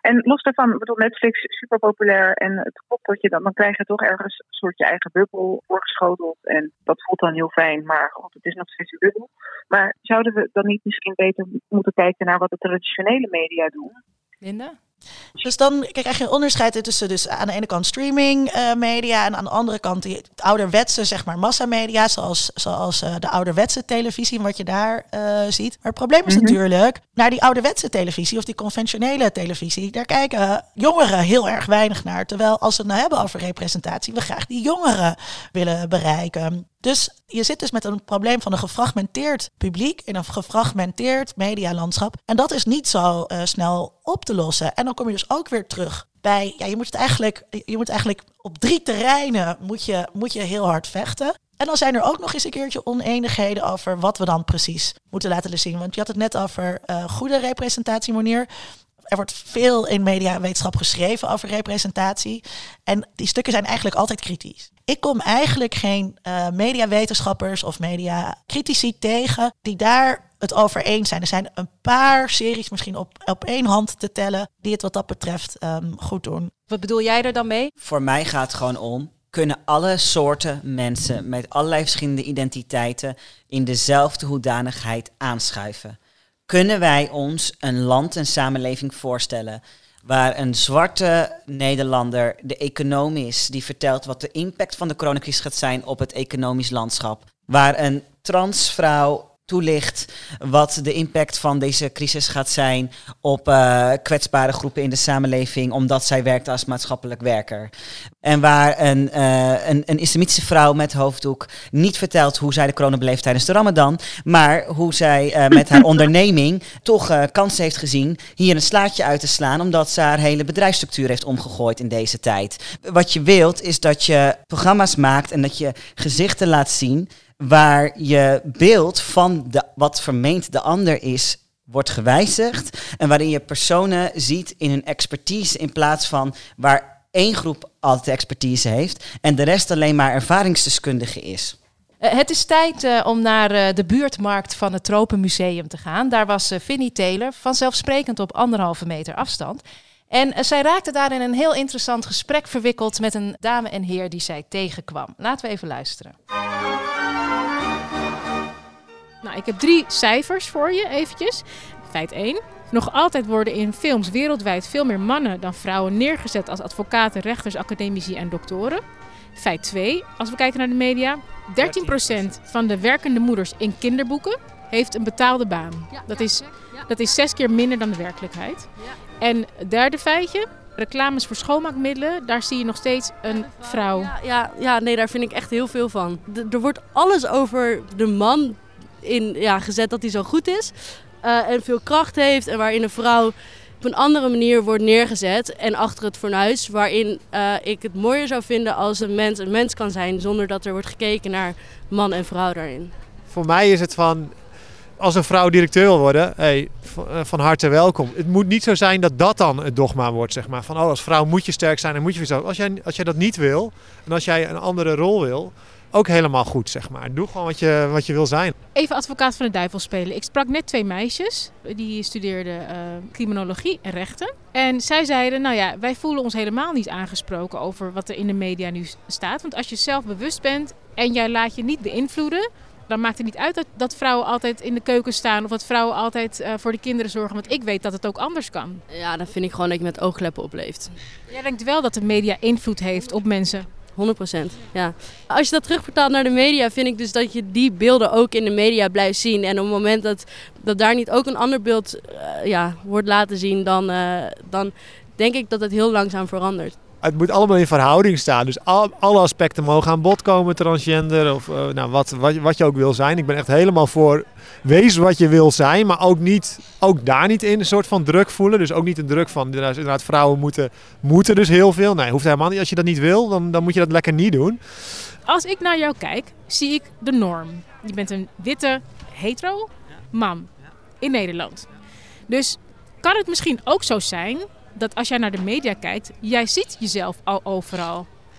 En los daarvan, ik bedoel, Netflix is super populair en het klopt dat je dan, dan krijg je toch ergens een soort je eigen bubbel voorgeschoteld. En dat voelt dan heel fijn, maar God, het is nog steeds een bubbel. Maar zouden we dan niet misschien beter moeten kijken naar wat de traditionele media doen? Linda? Dus dan krijg je een onderscheid tussen dus aan de ene kant streaming uh, media en aan de andere kant die het ouderwetse, zeg maar, massamedia, zoals, zoals uh, de ouderwetse televisie en wat je daar uh, ziet. Maar het probleem is mm-hmm. natuurlijk, naar die ouderwetse televisie of die conventionele televisie, daar kijken jongeren heel erg weinig naar. Terwijl als we het nou hebben over representatie, we graag die jongeren willen bereiken. Dus je zit dus met een probleem van een gefragmenteerd publiek in een gefragmenteerd medialandschap. En dat is niet zo uh, snel op te lossen. En dan kom je dus ook weer terug bij, ja, je moet het eigenlijk, je moet eigenlijk op drie terreinen moet je, moet je heel hard vechten. En dan zijn er ook nog eens een keertje oneenigheden over wat we dan precies moeten laten zien. Want je had het net over uh, goede representatie, Monier. Er wordt veel in mediawetenschap geschreven over representatie. En die stukken zijn eigenlijk altijd kritisch. Ik kom eigenlijk geen uh, mediawetenschappers of mediacritici tegen die daar het over eens zijn. Er zijn een paar series misschien op, op één hand te tellen die het wat dat betreft um, goed doen. Wat bedoel jij er dan mee? Voor mij gaat het gewoon om, kunnen alle soorten mensen met allerlei verschillende identiteiten in dezelfde hoedanigheid aanschuiven? Kunnen wij ons een land en samenleving voorstellen waar een zwarte Nederlander de econoom is die vertelt wat de impact van de coronacrisis gaat zijn op het economisch landschap, waar een transvrouw toelicht wat de impact van deze crisis gaat zijn op uh, kwetsbare groepen in de samenleving, omdat zij werkt als maatschappelijk werker. En waar een, uh, een, een islamitische vrouw met hoofddoek niet vertelt hoe zij de corona beleeft tijdens de Ramadan, maar hoe zij uh, met haar onderneming toch uh, kansen heeft gezien hier een slaatje uit te slaan, omdat ze haar hele bedrijfsstructuur heeft omgegooid in deze tijd. Wat je wilt is dat je programma's maakt en dat je gezichten laat zien waar je beeld van de, wat vermeend de ander is, wordt gewijzigd. En waarin je personen ziet in hun expertise in plaats van waar één groep altijd de expertise heeft en de rest alleen maar ervaringsdeskundige is. Uh, het is tijd uh, om naar uh, de buurtmarkt van het Tropenmuseum te gaan. Daar was uh, Vinnie Taylor vanzelfsprekend op anderhalve meter afstand. En uh, zij raakte daar in een heel interessant gesprek verwikkeld met een dame en heer die zij tegenkwam. Laten we even luisteren. Nou, ik heb drie cijfers voor je eventjes. Feit één. Nog altijd worden in films wereldwijd veel meer mannen dan vrouwen neergezet als advocaten, rechters, academici en doktoren. Feit twee. Als we kijken naar de media. dertien procent van de werkende moeders in kinderboeken heeft een betaalde baan. Dat is, dat is zes keer minder dan de werkelijkheid. En het derde feitje. Reclames voor schoonmaakmiddelen, daar zie je nog steeds een vrouw. Ja, ja, ja nee, daar vind ik echt heel veel van. D- er wordt alles over de man in ja, gezet dat hij zo goed is uh, en veel kracht heeft en waarin een vrouw op een andere manier wordt neergezet en achter het fornuis, waarin uh, ik het mooier zou vinden als een mens een mens kan zijn zonder dat er wordt gekeken naar man en vrouw daarin. Voor mij is het van, als een vrouw directeur wil worden, hey, van harte welkom. Het moet niet zo zijn dat dat dan het dogma wordt, zeg maar. Van, oh, als vrouw moet je sterk zijn en moet je zo. Als jij, als jij dat niet wil en als jij een andere rol wil, ook helemaal goed, zeg maar. Doe gewoon wat je, wat je wil zijn. Even advocaat van de duivel spelen. Ik sprak net twee meisjes. Die studeerden uh, criminologie en rechten. En zij zeiden, nou ja, wij voelen ons helemaal niet aangesproken over wat er in de media nu staat. Want als je zelf bewust bent en jij laat je niet beïnvloeden, dan maakt het niet uit dat, dat vrouwen altijd in de keuken staan of dat vrouwen altijd uh, voor de kinderen zorgen. Want ik weet dat het ook anders kan. Ja, dan vind ik gewoon dat je met oogkleppen opleeft. Jij denkt wel dat de media invloed heeft op mensen? honderd procent, ja. Als je dat terugvertaalt naar de media, vind ik dus dat je die beelden ook in de media blijft zien. En op het moment dat, dat daar niet ook een ander beeld uh, ja, wordt laten zien, dan, uh, dan denk ik dat het heel langzaam verandert. Het moet allemaal in verhouding staan. Dus al, alle aspecten mogen aan bod komen, transgender of uh, nou, wat, wat, wat je ook wil zijn. Ik ben echt helemaal voor wees wat je wil zijn, maar ook, niet, ook daar niet in een soort van druk voelen. Dus ook niet een druk van, inderdaad, vrouwen moeten, moeten dus heel veel. Nee, hoeft helemaal niet. Als je dat niet wil, dan, dan moet je dat lekker niet doen. Als ik naar jou kijk, zie ik de norm. Je bent een witte, hetero man in Nederland. Dus kan het misschien ook zo zijn dat als jij naar de media kijkt, jij ziet jezelf al overal.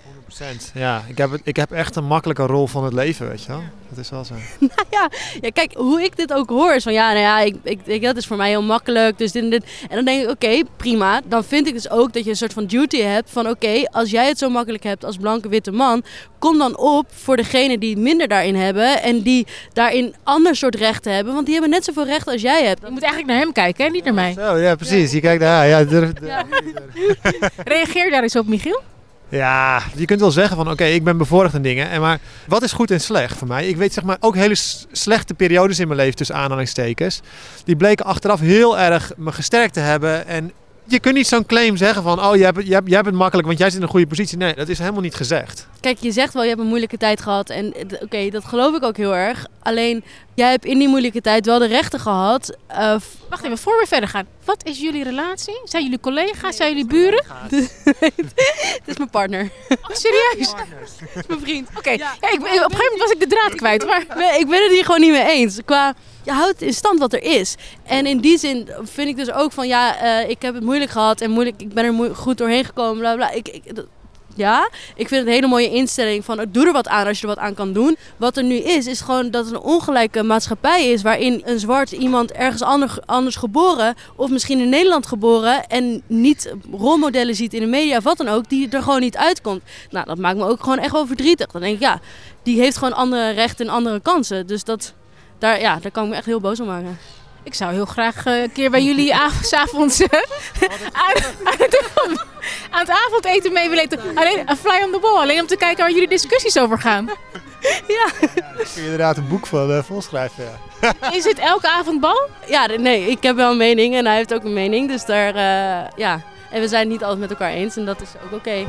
honderd procent. Ja, ik heb, het, ik heb echt een makkelijke rol van het leven, weet je wel. Dat is wel zo. Nou ja, ja, kijk, hoe ik dit ook hoor is van ja, nou ja, ik, ik, ik, dat is voor mij heel makkelijk. Dus dit en dit. En dan denk ik, oké, okay, prima. Dan vind ik dus ook dat je een soort van duty hebt van oké, okay, als jij het zo makkelijk hebt als blanke witte man, kom dan op voor degenen die het minder daarin hebben en die daarin ander soort rechten hebben. Want die hebben net zoveel rechten als jij hebt. Je moet eigenlijk naar hem kijken, hè? Niet naar mij. Zo, ja, precies. Je kijkt naar... Ja, durf, durf. Ja. Reageer daar eens op, Michiel. Ja, je kunt wel zeggen van oké, okay, ik ben bevoorrecht in dingen. En maar wat is goed en slecht voor mij? Ik weet zeg maar ook hele s- slechte periodes in mijn leven tussen aanhalingstekens. Die bleken achteraf heel erg me gesterkt te hebben. En je kunt niet zo'n claim zeggen van oh, jij hebt, jij, hebt, jij hebt het makkelijk, want jij zit in een goede positie. Nee, dat is helemaal niet gezegd. Kijk, je zegt wel, je hebt een moeilijke tijd gehad. En oké, okay, dat geloof ik ook heel erg. Alleen, jij hebt in die moeilijke tijd wel de rechten gehad. Uh, f- Wacht even, voor we verder gaan. Wat is jullie relatie? Zijn jullie collega's? Nee, zijn jullie buren? Het is mijn partner. Oh, serieus? Het is mijn vriend. Oké, okay. ja. ja, ik, op een gegeven moment was ik de draad kwijt. Maar... Nee, ik ben het hier gewoon niet mee eens. Qua, je houdt in stand wat er is. En in die zin vind ik dus ook van, ja, uh, ik heb het moeilijk gehad. En moeilijk, ik ben er moe- goed doorheen gekomen, bla bla. Ik, ik, dat, ja, ik vind het een hele mooie instelling van doe er wat aan als je er wat aan kan doen. Wat er nu is, is gewoon dat het een ongelijke maatschappij is waarin een zwart iemand ergens anders, anders geboren of misschien in Nederland geboren en niet rolmodellen ziet in de media of wat dan ook, die er gewoon niet uitkomt. Nou, dat maakt me ook gewoon echt wel verdrietig. Dan denk ik, ja, die heeft gewoon andere rechten en andere kansen. Dus dat, daar, ja, daar kan ik me echt heel boos om maken. Ik zou heel graag uh, een keer bij jullie av- 's avonds uh, aan, aan, het, aan het avondeten mee willen eten. Alleen een fly on the wall, alleen om te kijken waar jullie discussies over gaan. Ja. Ja, daar kun je inderdaad een boek van uh, volschrijven. Ja. Is het elke avond bal? Ja, nee, ik heb wel een mening en hij heeft ook een mening. Dus daar, uh, ja. En we zijn het niet altijd met elkaar eens en dat is ook oké. Okay.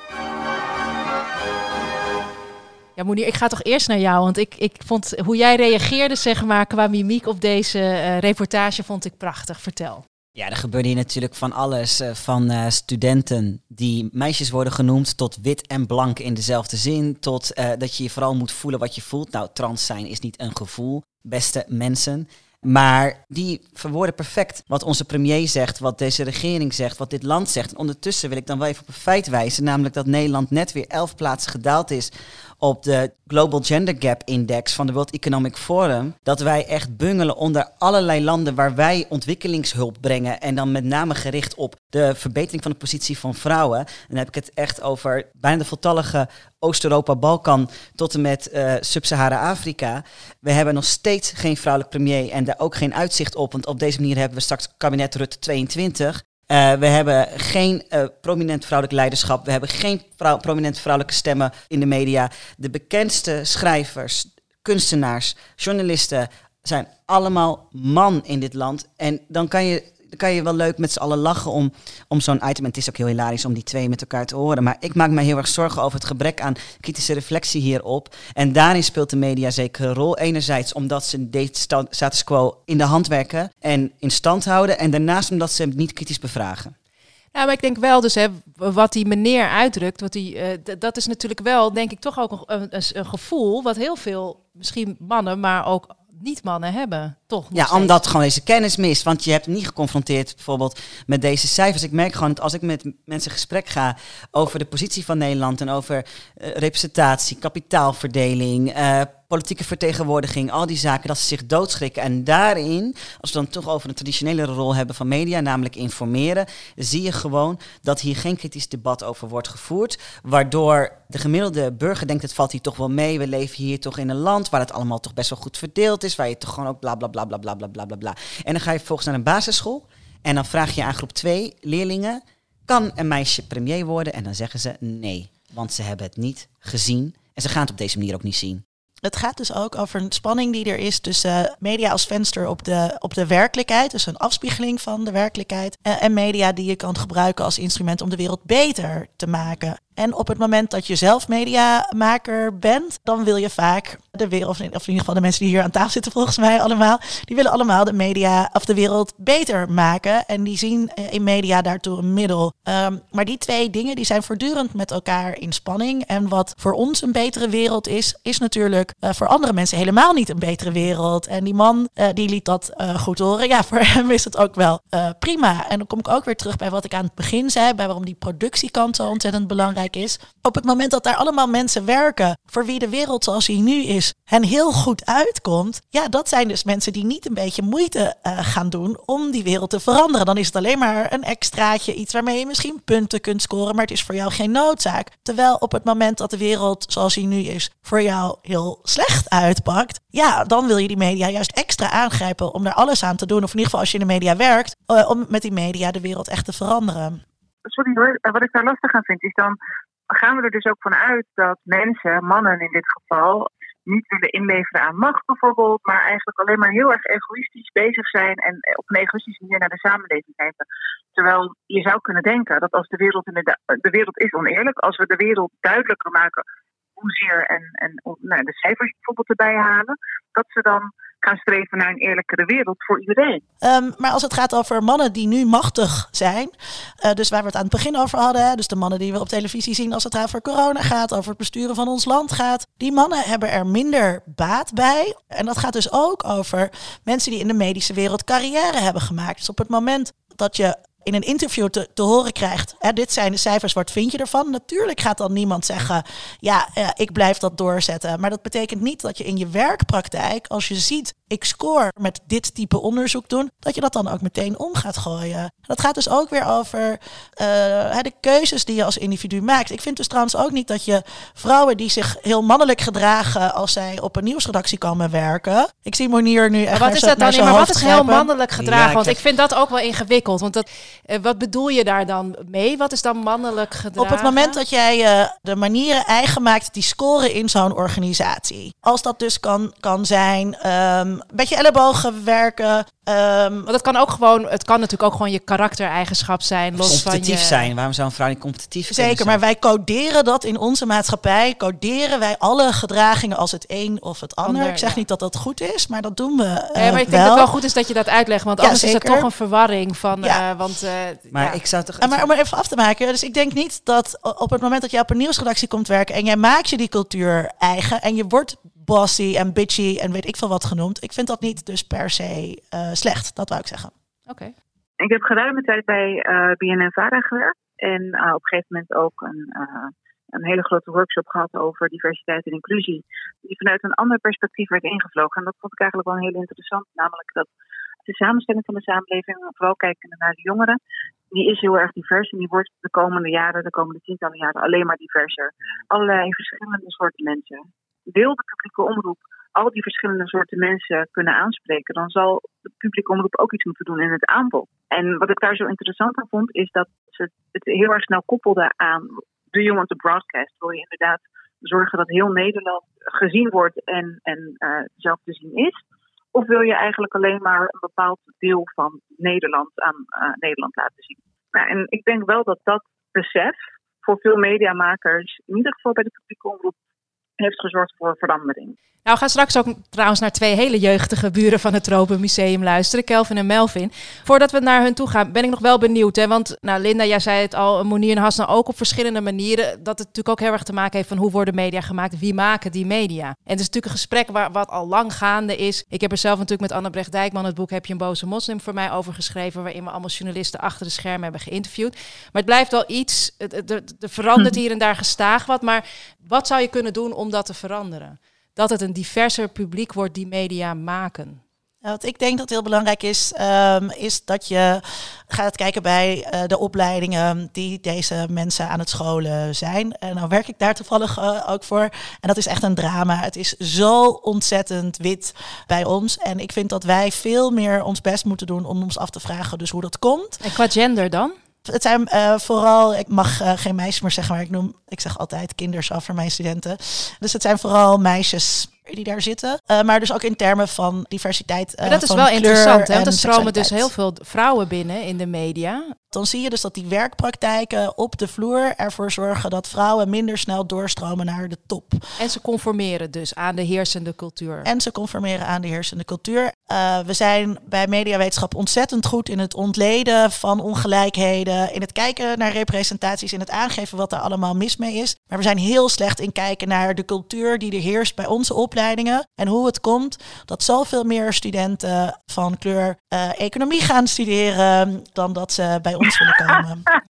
Ja, Mounir, ik ga toch eerst naar jou. Want ik, ik vond hoe jij reageerde, zeg maar, qua mimiek op deze uh, reportage, vond ik prachtig. Vertel. Ja, er gebeurde hier natuurlijk van alles. Uh, van uh, studenten die meisjes worden genoemd tot wit en blank in dezelfde zin. Tot uh, dat je je vooral moet voelen wat je voelt. Nou, trans zijn is niet een gevoel, beste mensen. Maar die verwoorden perfect wat onze premier zegt, wat deze regering zegt, wat dit land zegt. En ondertussen wil ik dan wel even op een feit wijzen, namelijk dat Nederland net weer elf plaatsen gedaald is op de Global Gender Gap Index van de World Economic Forum. Dat wij echt bungelen onder allerlei landen waar wij ontwikkelingshulp brengen. En dan met name gericht op de verbetering van de positie van vrouwen. En dan heb ik het echt over bijna de voltallige Oost-Europa, Balkan tot en met uh, Sub-Sahara-Afrika. We hebben nog steeds geen vrouwelijk premier en daar ook geen uitzicht op. Want op deze manier hebben we straks kabinet Rutte tweeëntwintig. Uh, we hebben geen uh, prominent vrouwelijk leiderschap. We hebben geen vrouw, prominent vrouwelijke stemmen in de media. De bekendste schrijvers, kunstenaars, journalisten zijn allemaal man in dit land. En dan kan je, dan kan je wel leuk met z'n allen lachen om, om zo'n item. En het is ook heel hilarisch om die twee met elkaar te horen. Maar ik maak me heel erg zorgen over het gebrek aan kritische reflectie hierop. En daarin speelt de media zeker een rol. Enerzijds omdat ze deze status quo in de hand werken en in stand houden. En daarnaast omdat ze hem niet kritisch bevragen. Nou, maar ik denk wel dus, hè, wat die meneer uitdrukt, wat die, uh, d- dat is natuurlijk wel, denk ik, toch ook een, een, een gevoel wat heel veel, misschien mannen, maar ook niet-mannen hebben, toch? Ja, steeds. Omdat gewoon deze kennis mist. Want je hebt niet geconfronteerd bijvoorbeeld met deze cijfers. Ik merk gewoon dat als ik met mensen in gesprek ga over de positie van Nederland en over uh, representatie, kapitaalverdeling, uh, politieke vertegenwoordiging, al die zaken, dat ze zich doodschrikken. En daarin, als we dan toch over een traditionele rol hebben van media, namelijk informeren, zie je gewoon dat hier geen kritisch debat over wordt gevoerd, waardoor de gemiddelde burger denkt, het valt hier toch wel mee, we leven hier toch in een land waar het allemaal toch best wel goed verdeeld is, waar je toch gewoon ook bla bla bla bla bla bla bla bla bla. En dan ga je vervolgens naar een basisschool en dan vraag je aan groep twee leerlingen, kan een meisje premier worden? En dan zeggen ze nee, want ze hebben het niet gezien en ze gaan het op deze manier ook niet zien. Het gaat dus ook over een spanning die er is tussen media als venster op de, op de werkelijkheid, dus een afspiegeling van de werkelijkheid, en media die je kan gebruiken als instrument om de wereld beter te maken. En op het moment dat je zelf mediamaker bent, dan wil je vaak de wereld, of in ieder geval de mensen die hier aan tafel zitten volgens mij allemaal, die willen allemaal de media of de wereld beter maken. En die zien in media daartoe een middel. Um, maar die twee dingen die zijn voortdurend met elkaar in spanning. En wat voor ons een betere wereld is, is natuurlijk uh, voor andere mensen helemaal niet een betere wereld. En die man uh, die liet dat uh, goed horen. Ja, voor hem is het ook wel uh, prima. En dan kom ik ook weer terug bij wat ik aan het begin zei, bij waarom die productiekant zo ontzettend belangrijk belangrijk is, op het moment dat daar allemaal mensen werken voor wie de wereld zoals die nu is hen heel goed uitkomt, ja, dat zijn dus mensen die niet een beetje moeite uh, gaan doen om die wereld te veranderen. Dan is het alleen maar een extraatje, iets waarmee je misschien punten kunt scoren, maar het is voor jou geen noodzaak. Terwijl op het moment dat de wereld zoals die nu is voor jou heel slecht uitpakt, ja, dan wil je die media juist extra aangrijpen om daar alles aan te doen. Of in ieder geval als je in de media werkt, uh, om met die media de wereld echt te veranderen. Sorry hoor, wat ik daar lastig aan vind is dan gaan we er dus ook van uit dat mensen, mannen in dit geval, niet willen inleveren aan macht bijvoorbeeld, maar eigenlijk alleen maar heel erg egoïstisch bezig zijn en op een egoïstische manier naar de samenleving kijken. Terwijl je zou kunnen denken dat als de wereld, inderdaad, de wereld is oneerlijk, als we de wereld duidelijker maken hoezeer en, en nou, de cijfers bijvoorbeeld erbij halen, dat ze dan gaan streven naar een eerlijkere wereld voor iedereen. Um, maar als het gaat over mannen die nu machtig zijn, uh, dus waar we het aan het begin over hadden, hè, dus de mannen die we op televisie zien als het over corona gaat, over het besturen van ons land gaat, die mannen hebben er minder baat bij. En dat gaat dus ook over mensen die in de medische wereld carrière hebben gemaakt. Dus op het moment dat je in een interview te, te horen krijgt, hè, dit zijn de cijfers, wat vind je ervan? Natuurlijk gaat dan niemand zeggen, ja, uh, ik blijf dat doorzetten. Maar dat betekent niet dat je in je werkpraktijk, als je ziet, ik score met dit type onderzoek doen, dat je dat dan ook meteen om gaat gooien. Dat gaat dus ook weer over uh, de keuzes die je als individu maakt. Ik vind dus trouwens ook niet dat je vrouwen die zich heel mannelijk gedragen als zij op een nieuwsredactie komen werken. Ik zie Monier nu echt maar wat naar is zo, dat dan? naar Nee, maar wat is heel grijpen. mannelijk gedragen? Ja, Want ik ik vind dat ook wel ingewikkeld. Want dat, uh, wat bedoel je daar dan mee? Wat is dan mannelijk gedragen? Op het moment dat jij uh, de manieren eigen maakt die scoren in zo'n organisatie. Als dat dus kan, kan zijn, um, een beetje ellebogen werken. Um, Want het kan ook gewoon, het kan natuurlijk ook gewoon je karaktereigenschap zijn, los van je... Competitief zijn. Waarom zou een vrouw niet competitief kunnen Zeker, zijn? maar wij coderen dat in onze maatschappij. Coderen wij alle gedragingen als het een of het ander. Ander, Ik zeg ja. niet dat dat goed is, maar dat doen we uh, Ja, maar ik denk wel. dat het wel goed is dat je dat uitlegt, want Ja, anders is zeker. het toch een verwarring van... Ja. Uh, want, uh, Maar ja. ik zou toch... Uh, maar om er even af te maken. Dus ik denk niet dat op het moment dat jij op een nieuwsredactie komt werken en jij maakt je die cultuur eigen en je wordt bossy en bitchy en weet ik veel wat genoemd. Ik vind dat niet dus per se uh, slecht. Dat wou ik zeggen. Oké. Okay. Ik heb geruime tijd bij uh, B N N Vara gewerkt. En uh, op een gegeven moment ook een, uh, een hele grote workshop gehad over diversiteit en inclusie. Die vanuit een ander perspectief werd ingevlogen. En dat vond ik eigenlijk wel heel interessant. Namelijk dat de samenstelling van de samenleving, vooral kijkende naar de jongeren, die is heel erg divers. En die wordt de komende jaren, de komende tientallen jaren alleen maar diverser. Allerlei verschillende soorten mensen. Wil de publieke omroep al die verschillende soorten mensen kunnen aanspreken, dan zal de publieke omroep ook iets moeten doen in het aanbod. En wat ik daar zo interessant aan vond, is dat ze het heel erg snel koppelden aan do you want to broadcast? Wil je inderdaad zorgen dat heel Nederland gezien wordt en, en uh, zelf te zien is? Of wil je eigenlijk alleen maar een bepaald deel van Nederland aan uh, Nederland laten zien? Nou, en ik denk wel dat dat besef voor veel mediamakers, in ieder geval bij de publieke omroep, heeft gezorgd voor verandering. Nou, we gaan straks ook trouwens naar twee hele jeugdige buren van het Tropenmuseum luisteren, Kelvin en Melvin. Voordat we naar hun toe gaan, ben ik nog wel benieuwd. Hè? Want nou, Linda, jij zei het al, Monier en Hasna ook op verschillende manieren. Dat het natuurlijk ook heel erg te maken heeft van hoe worden media gemaakt, wie maken die media. En het is natuurlijk een gesprek waar, wat al lang gaande is. Ik heb er zelf natuurlijk met Annebrecht Dijkman het boek Heb je een boze moslim voor mij over geschreven, waarin we allemaal journalisten achter de schermen hebben geïnterviewd. Maar het blijft wel iets, er verandert hier en daar gestaag wat, maar wat zou je kunnen doen om dat te veranderen? Dat het een diverser publiek wordt die media maken. Wat ik denk dat heel belangrijk is, um, is dat je gaat kijken bij uh, de opleidingen die deze mensen aan het scholen zijn. En dan werk ik daar toevallig uh, ook voor. En dat is echt een drama. Het is zo ontzettend wit bij ons. En ik vind dat wij veel meer ons best moeten doen om ons af te vragen dus hoe dat komt. En qua gender dan? Het zijn uh, vooral, ik mag uh, geen meisjes meer zeggen, maar ik noem, ik zeg altijd kinders af voor mijn studenten. Dus het zijn vooral meisjes die daar zitten. Uh, maar dus ook in termen van diversiteit. Uh, maar dat is van wel kleur interessant, hè? Want en er stromen dus seksualiteit. heel veel vrouwen binnen in de media. Dan zie je dus dat die werkpraktijken op de vloer ervoor zorgen dat vrouwen minder snel doorstromen naar de top. En ze conformeren dus aan de heersende cultuur. En ze conformeren aan de heersende cultuur. Uh, we zijn bij mediawetenschap ontzettend goed in het ontleden van ongelijkheden, in het kijken naar representaties, in het aangeven wat er allemaal mis mee is. Maar we zijn heel slecht in kijken naar de cultuur die er heerst bij onze opleidingen en hoe het komt dat zoveel meer studenten van kleur uh, economie gaan studeren dan dat ze bij ons willen komen.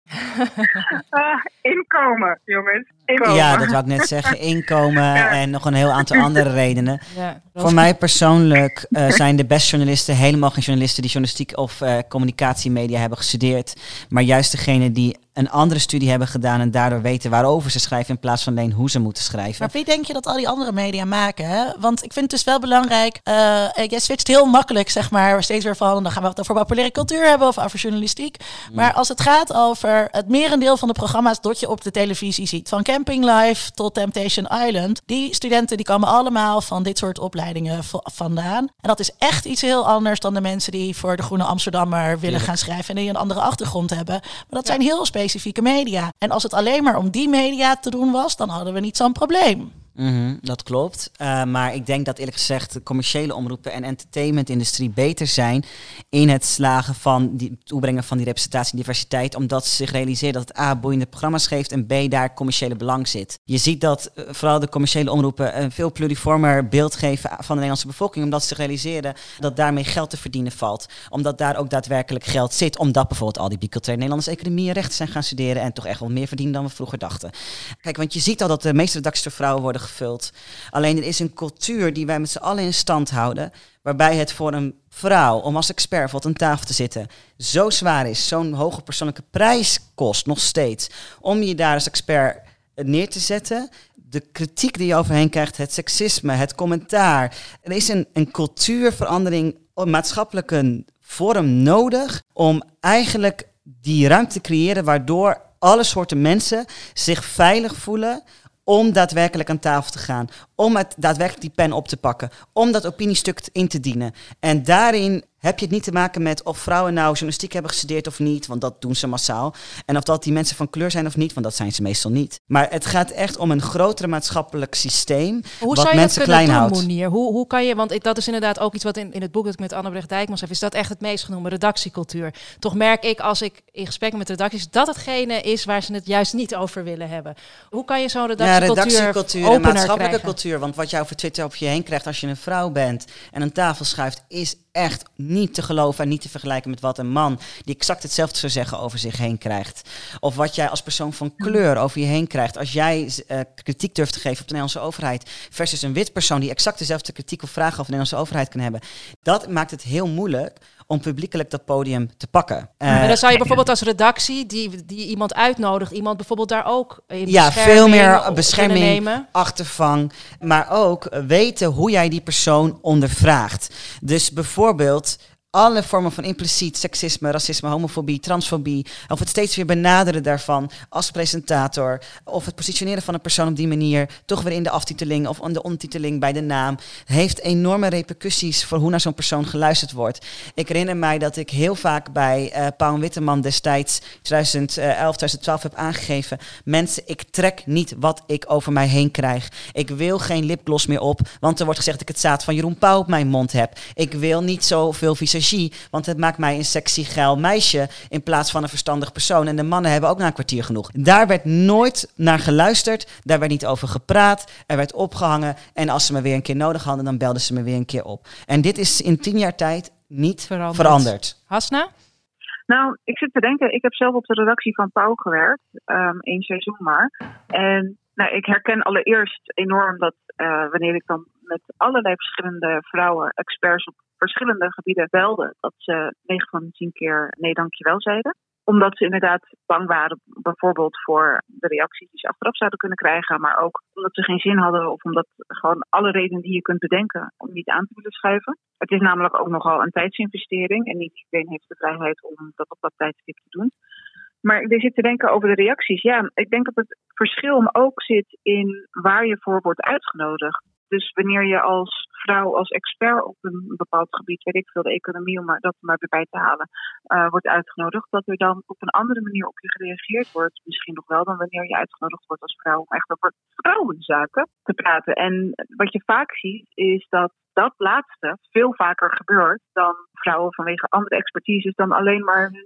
uh, inkomen, jongens. Inkomen. Ja, dat wou ik net zeggen. Inkomen ja. en nog een heel aantal andere redenen. Ja, Voor mij persoonlijk uh, zijn de beste journalisten helemaal geen journalisten die journalistiek of uh, communicatiemedia hebben gestudeerd. Maar juist degene die een andere studie hebben gedaan en daardoor weten waarover ze schrijven in plaats van alleen hoe ze moeten schrijven. Maar wie denk je dat al die andere media maken? Hè? Want ik vind het dus wel belangrijk. Uh, jij switcht heel makkelijk, zeg maar, steeds weer van. Dan gaan we het over populaire cultuur hebben of over journalistiek. Mm. Maar als het gaat over het merendeel van de programma's dat je op de televisie ziet, van Camping Live tot Temptation Island, die studenten die komen allemaal van dit soort opleidingen v- vandaan. En dat is echt iets heel anders dan de mensen die voor de Groene Amsterdammer willen ja. gaan schrijven en die een andere achtergrond hebben. Maar dat ja. zijn heel specifieke media. En als het alleen maar om die media te doen was, dan hadden we niet zo'n probleem. Mm-hmm, dat klopt. Uh, maar ik denk dat eerlijk gezegd de commerciële omroepen en entertainmentindustrie beter zijn in het slagen van die, het toebrengen van die representatie en diversiteit, omdat ze zich realiseren dat het A, boeiende programma's geeft en B, daar commerciële belang zit. Je ziet dat uh, vooral de commerciële omroepen een veel pluriformer beeld geven van de Nederlandse bevolking, omdat ze zich realiseren dat daarmee geld te verdienen valt. Omdat daar ook daadwerkelijk geld zit, omdat bijvoorbeeld al die biculturele Nederlandse economie en rechten zijn gaan studeren en toch echt wel meer verdienen dan we vroeger dachten. Kijk, want je ziet al dat de meeste redacties door vrouwen worden gevuld. Alleen er is een cultuur die wij met z'n allen in stand houden, waarbij het voor een vrouw om als expert voor aan tafel te zitten zo zwaar is, zo'n hoge persoonlijke prijs kost nog steeds, om je daar als expert neer te zetten. De kritiek die je overheen krijgt, het seksisme, het commentaar. Er is een, een cultuurverandering, een maatschappelijke vorm nodig om eigenlijk die ruimte te creëren waardoor alle soorten mensen zich veilig voelen om daadwerkelijk aan tafel te gaan, om het daadwerkelijk die pen op te pakken, om dat opiniestuk in te dienen. En daarin heb je het niet te maken met of vrouwen nou journalistiek hebben gestudeerd of niet, want dat doen ze massaal. En of dat die mensen van kleur zijn of niet, want dat zijn ze meestal niet. Maar het gaat echt om een groter maatschappelijk systeem hoe wat mensen klein houdt. Hoe zou je dat doen, Hoe, hoe kan je, want ik, dat is inderdaad ook iets wat in, in het boek dat ik met Annebrecht Dijkman schrijf, is dat echt het meest genoemde redactiecultuur. Toch merk ik als ik in gesprek met redacties dat hetgene is waar ze het juist niet over willen hebben. Hoe kan je zo'n redactiecultuur, ja, redactiecultuur en opener maatschappelijke krijgen? cultuur, want wat je over Twitter op je heen krijgt als je een vrouw bent en een tafel schuift, is echt niet te geloven en niet te vergelijken met wat een man die exact hetzelfde zou zeggen over zich heen krijgt. Of wat jij als persoon van kleur over je heen krijgt. Als jij uh, kritiek durft te geven op de Nederlandse overheid versus een wit persoon die exact dezelfde kritiek of vragen over de Nederlandse overheid kan hebben. Dat maakt het heel moeilijk om publiekelijk dat podium te pakken. Uh, en dan zou je bijvoorbeeld als redactie die, die iemand uitnodigt, iemand bijvoorbeeld daar ook in ja, veel meer bescherming, nemen. achtervang, maar ook weten hoe jij die persoon ondervraagt. Dus bijvoorbeeld alle vormen van impliciet seksisme, racisme, homofobie, transfobie, of het steeds weer benaderen daarvan als presentator, of het positioneren van een persoon op die manier, toch weer in de aftiteling of in de ondertiteling bij de naam, heeft enorme repercussies voor hoe naar zo'n persoon geluisterd wordt. Ik herinner mij dat ik heel vaak bij uh, Pauw Witteman destijds twintig elf, twintig twaalf heb aangegeven, mensen, ik trek niet wat ik over mij heen krijg. Ik wil geen lipgloss meer op, want er wordt gezegd dat ik het zaad van Jeroen Pauw op mijn mond heb. Ik wil niet zoveel visagie, want het maakt mij een sexy, geil meisje in plaats van een verstandig persoon. En de mannen hebben ook na een kwartier genoeg. Daar werd nooit naar geluisterd. Daar werd niet over gepraat. Er werd opgehangen. En als ze me weer een keer nodig hadden, dan belden ze me weer een keer op. En dit is in tien jaar tijd niet veranderd. veranderd. Hasna? Nou, ik zit te denken, ik heb zelf op de redactie van Pauw gewerkt. Um, één seizoen maar. En nou, ik herken allereerst enorm dat uh, wanneer ik dan met allerlei verschillende vrouwen, experts op verschillende gebieden belde, dat ze negen van de tien keer nee dankjewel zeiden. Omdat ze inderdaad bang waren bijvoorbeeld voor de reacties die ze achteraf zouden kunnen krijgen, maar ook omdat ze geen zin hadden of omdat gewoon alle redenen die je kunt bedenken om niet aan te willen schuiven. Het is namelijk ook nogal een tijdsinvestering en niet iedereen heeft de vrijheid om dat op dat tijdstip te doen. Maar ik zit te denken over de reacties. Ja, ik denk dat het verschil ook zit in waar je voor wordt uitgenodigd. Dus wanneer je als vrouw, als expert op een bepaald gebied, weet ik veel, de economie, om maar dat maar weer bij te halen, uh, wordt uitgenodigd, dat er dan op een andere manier op je gereageerd wordt. Misschien nog wel dan wanneer je uitgenodigd wordt als vrouw om echt over vrouwenzaken te praten. En wat je vaak ziet, is dat dat laatste veel vaker gebeurt dan vrouwen vanwege andere expertises dan alleen maar hun seks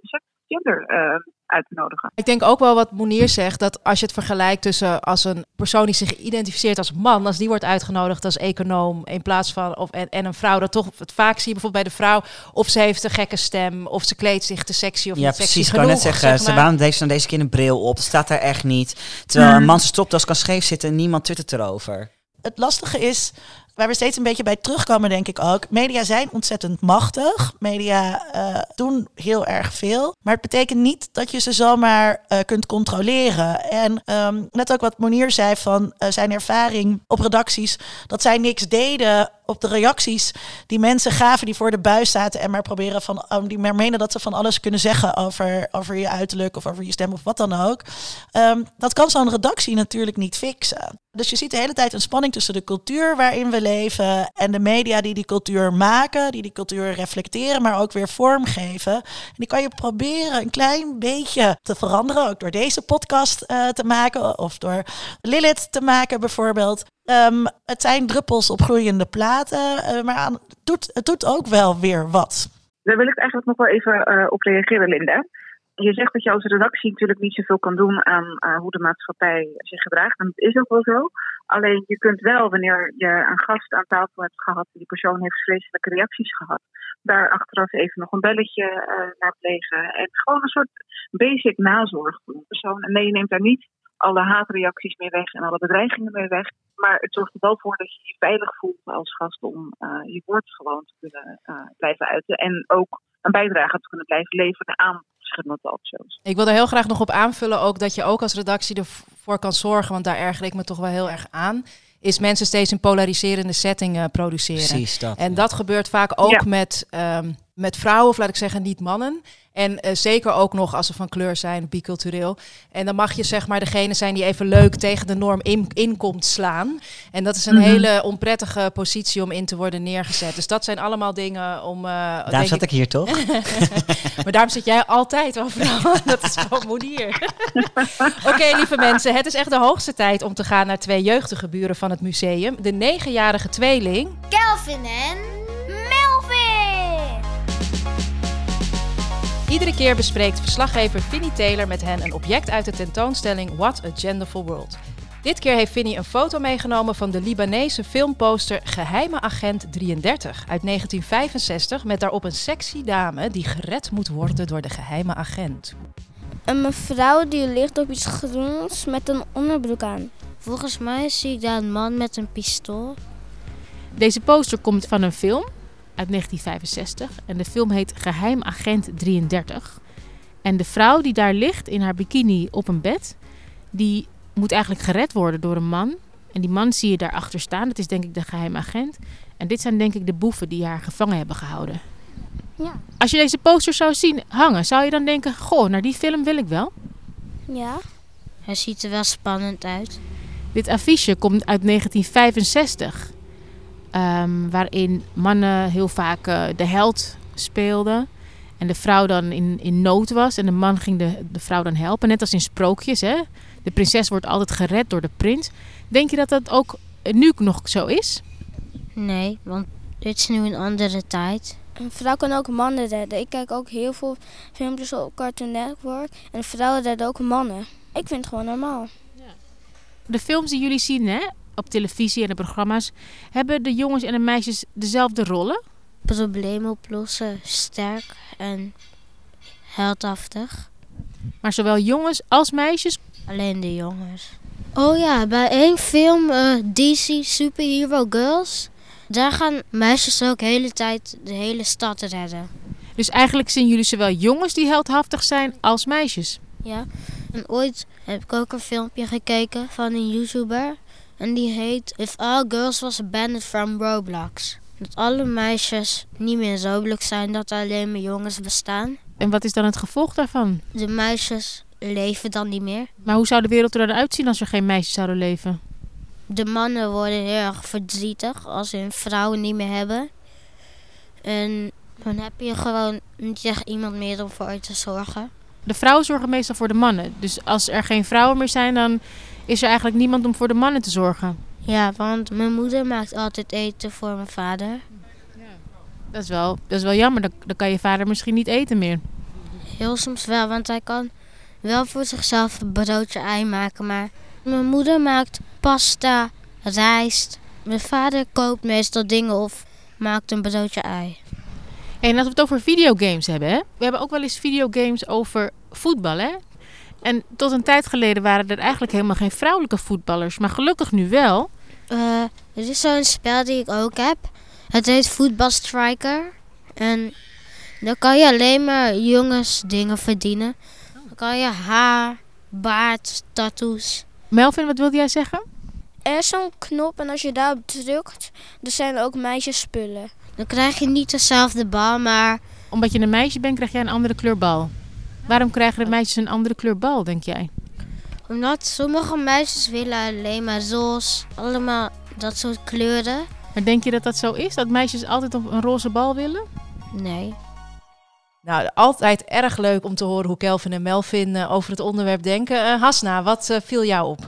transgender uh, uit te nodigen. Ik denk ook wel wat Mounir zegt, dat als je het vergelijkt tussen als een persoon die zich identificeert als man, als die wordt uitgenodigd als econoom in plaats van, of, en, en een vrouw, dat toch het vaak zie je bijvoorbeeld bij de vrouw, of ze heeft een gekke stem, of ze kleedt zich te sexy of ja, niet precies, sexy ik kan genoeg. net zeggen, zeg maar. waarom heeft ze dan deze keer een bril op? Dat staat daar echt niet. Terwijl een man zijn stropdas kan scheef zitten en niemand twittert erover. Het lastige is, waar we steeds een beetje bij terugkomen, denk ik ook. Media zijn ontzettend machtig. Media uh, doen heel erg veel. Maar het betekent niet dat je ze zomaar uh, kunt controleren. En um, net ook wat Mounir zei van uh, zijn ervaring op redacties, dat zij niks deden op de reacties die mensen gaven die voor de buis zaten en maar proberen van, um, die maar menen dat ze van alles kunnen zeggen over, over je uiterlijk of over je stem of wat dan ook. Um, dat kan zo'n redactie natuurlijk niet fixen. Dus je ziet de hele tijd een spanning tussen de cultuur waarin we leven en de media die die cultuur maken, die die cultuur reflecteren, maar ook weer vormgeven. En die kan je proberen een klein beetje te veranderen, ook door deze podcast uh, te maken of door Lilith te maken bijvoorbeeld. Um, het zijn druppels op gloeiende platen, uh, maar aan, het, doet, het doet ook wel weer wat. Daar wil ik eigenlijk nog wel even uh, op reageren, Linda. Je zegt dat je als redactie natuurlijk niet zoveel kan doen aan uh, hoe de maatschappij zich gedraagt. En dat is ook wel zo. Alleen je kunt wel, wanneer je een gast aan tafel hebt gehad en die persoon heeft vreselijke reacties gehad, daar achteraf even nog een belletje uh, naar plegen. En gewoon een soort basic nazorg voor een persoon. En nee, je neemt daar niet alle haatreacties mee weg en alle bedreigingen mee weg. Maar het zorgt er wel voor dat je je veilig voelt als gast om uh, je woord gewoon te kunnen uh, blijven uiten. En ook een bijdrage te kunnen blijven leveren aan verschillende talkshows. Ik wil er heel graag nog op aanvullen ook dat je ook als redactie ervoor kan zorgen, want daar erger ik me toch wel heel erg aan, is mensen steeds in polariserende settingen produceren. Precies dat. En ja. dat gebeurt vaak ook Ja. met, um, met vrouwen, of laat ik zeggen niet mannen. En uh, zeker ook nog als ze van kleur zijn, bicultureel. En dan mag je zeg maar degene zijn die even leuk tegen de norm in, in komt slaan. En dat is een Mm-hmm. hele onprettige positie om in te worden neergezet. Dus dat zijn allemaal dingen om... Uh, Daar zat ik hier toch? Maar daarom zit jij altijd overal. Dat is gewoon Mounir. Oké, okay, lieve mensen. Het is echt de hoogste tijd om te gaan naar twee jeugdige buren van het museum. De negenjarige tweeling Kelvin en Melvin! Iedere keer bespreekt verslaggever Vinnie Taylor met hen een object uit de tentoonstelling What a Genderful World. Dit keer heeft Vinnie een foto meegenomen van de Libanese filmposter Geheime Agent drieëndertig uit negentien vijfenzestig... met daarop een sexy dame die gered moet worden door de geheime agent. Een mevrouw die ligt op iets groens met een onderbroek aan. Volgens mij zie ik daar een man met een pistool. Deze poster komt van een film uit negentien vijfenzestig en de film heet Geheim Agent drieëndertig. En de vrouw die daar ligt in haar bikini op een bed, die moet eigenlijk gered worden door een man. En die man zie je daarachter staan, dat is denk ik de geheime agent. En dit zijn denk ik de boeven die haar gevangen hebben gehouden. Ja. Als je deze poster zou zien hangen, zou je dan denken, goh, naar die film wil ik wel? Ja. Hij ziet er wel spannend uit. Dit affiche komt uit negentien vijfenzestig. Um, waarin mannen heel vaak uh, de held speelden. En de vrouw dan in, in nood was. En de man ging de, de vrouw dan helpen. Net als in sprookjes. Hè? De prinses wordt altijd gered door de prins. Denk je dat dat ook nu nog zo is? Nee, want dit is nu een andere tijd. Een vrouw kan ook mannen redden. Ik kijk ook heel veel filmpjes op Cartoon Network. En vrouwen redden ook mannen. Ik vind het gewoon normaal. De films die jullie zien, hè, op televisie en de programma's, hebben de jongens en de meisjes dezelfde rollen? Problemen oplossen, sterk en heldhaftig. Maar zowel jongens als meisjes? Alleen de jongens. Oh ja, bij één film, uh, D C Superhero Girls, daar gaan meisjes ook de hele tijd de hele stad redden. Dus eigenlijk zien jullie zowel jongens die heldhaftig zijn als meisjes? Ja, en ooit heb ik ook een filmpje gekeken van een YouTuber. En die heet If All Girls Was Banned from Roblox. Dat alle meisjes niet meer in Roblox zijn, dat er alleen maar jongens bestaan. En wat is dan het gevolg daarvan? De meisjes leven dan niet meer. Maar hoe zou de wereld er dan uitzien als er geen meisjes zouden leven? De mannen worden heel erg verdrietig als ze hun vrouwen niet meer hebben. En dan heb je gewoon niet echt iemand meer om voor je te zorgen. De vrouwen zorgen meestal voor de mannen. Dus als er geen vrouwen meer zijn, dan is er eigenlijk niemand om voor de mannen te zorgen. Ja, want mijn moeder maakt altijd eten voor mijn vader. Dat is wel, dat is wel jammer, dan, dan kan je vader misschien niet eten meer. heel soms wel, want hij kan wel voor zichzelf een broodje ei maken. Maar mijn moeder maakt pasta, rijst. Mijn vader koopt meestal dingen of maakt een broodje ei. En als we het over videogames hebben, hè? We hebben ook wel eens videogames over voetbal, hè? En tot een tijd geleden waren er eigenlijk helemaal geen vrouwelijke voetballers, maar gelukkig nu wel. Uh, er is zo'n spel die ik ook heb. Het heet Football Striker. En dan kan je alleen maar jongens dingen verdienen. Dan kan je haar, baard, tattoos. Melvin, wat wilde jij zeggen? Er is zo'n knop en als je daarop drukt, er zijn ook meisjesspullen. Dan krijg je niet dezelfde bal, maar... Omdat je een meisje bent, krijg jij een andere kleur bal. Waarom krijgen de meisjes een andere kleur bal, denk jij? Omdat sommige meisjes willen alleen maar roze, allemaal dat soort kleuren. Maar denk je dat dat zo is? Dat meisjes altijd op een roze bal willen? Nee. Nou, altijd erg leuk om te horen hoe Kelvin en Melvin uh, over het onderwerp denken. Uh, Hasna, wat uh, viel jou op?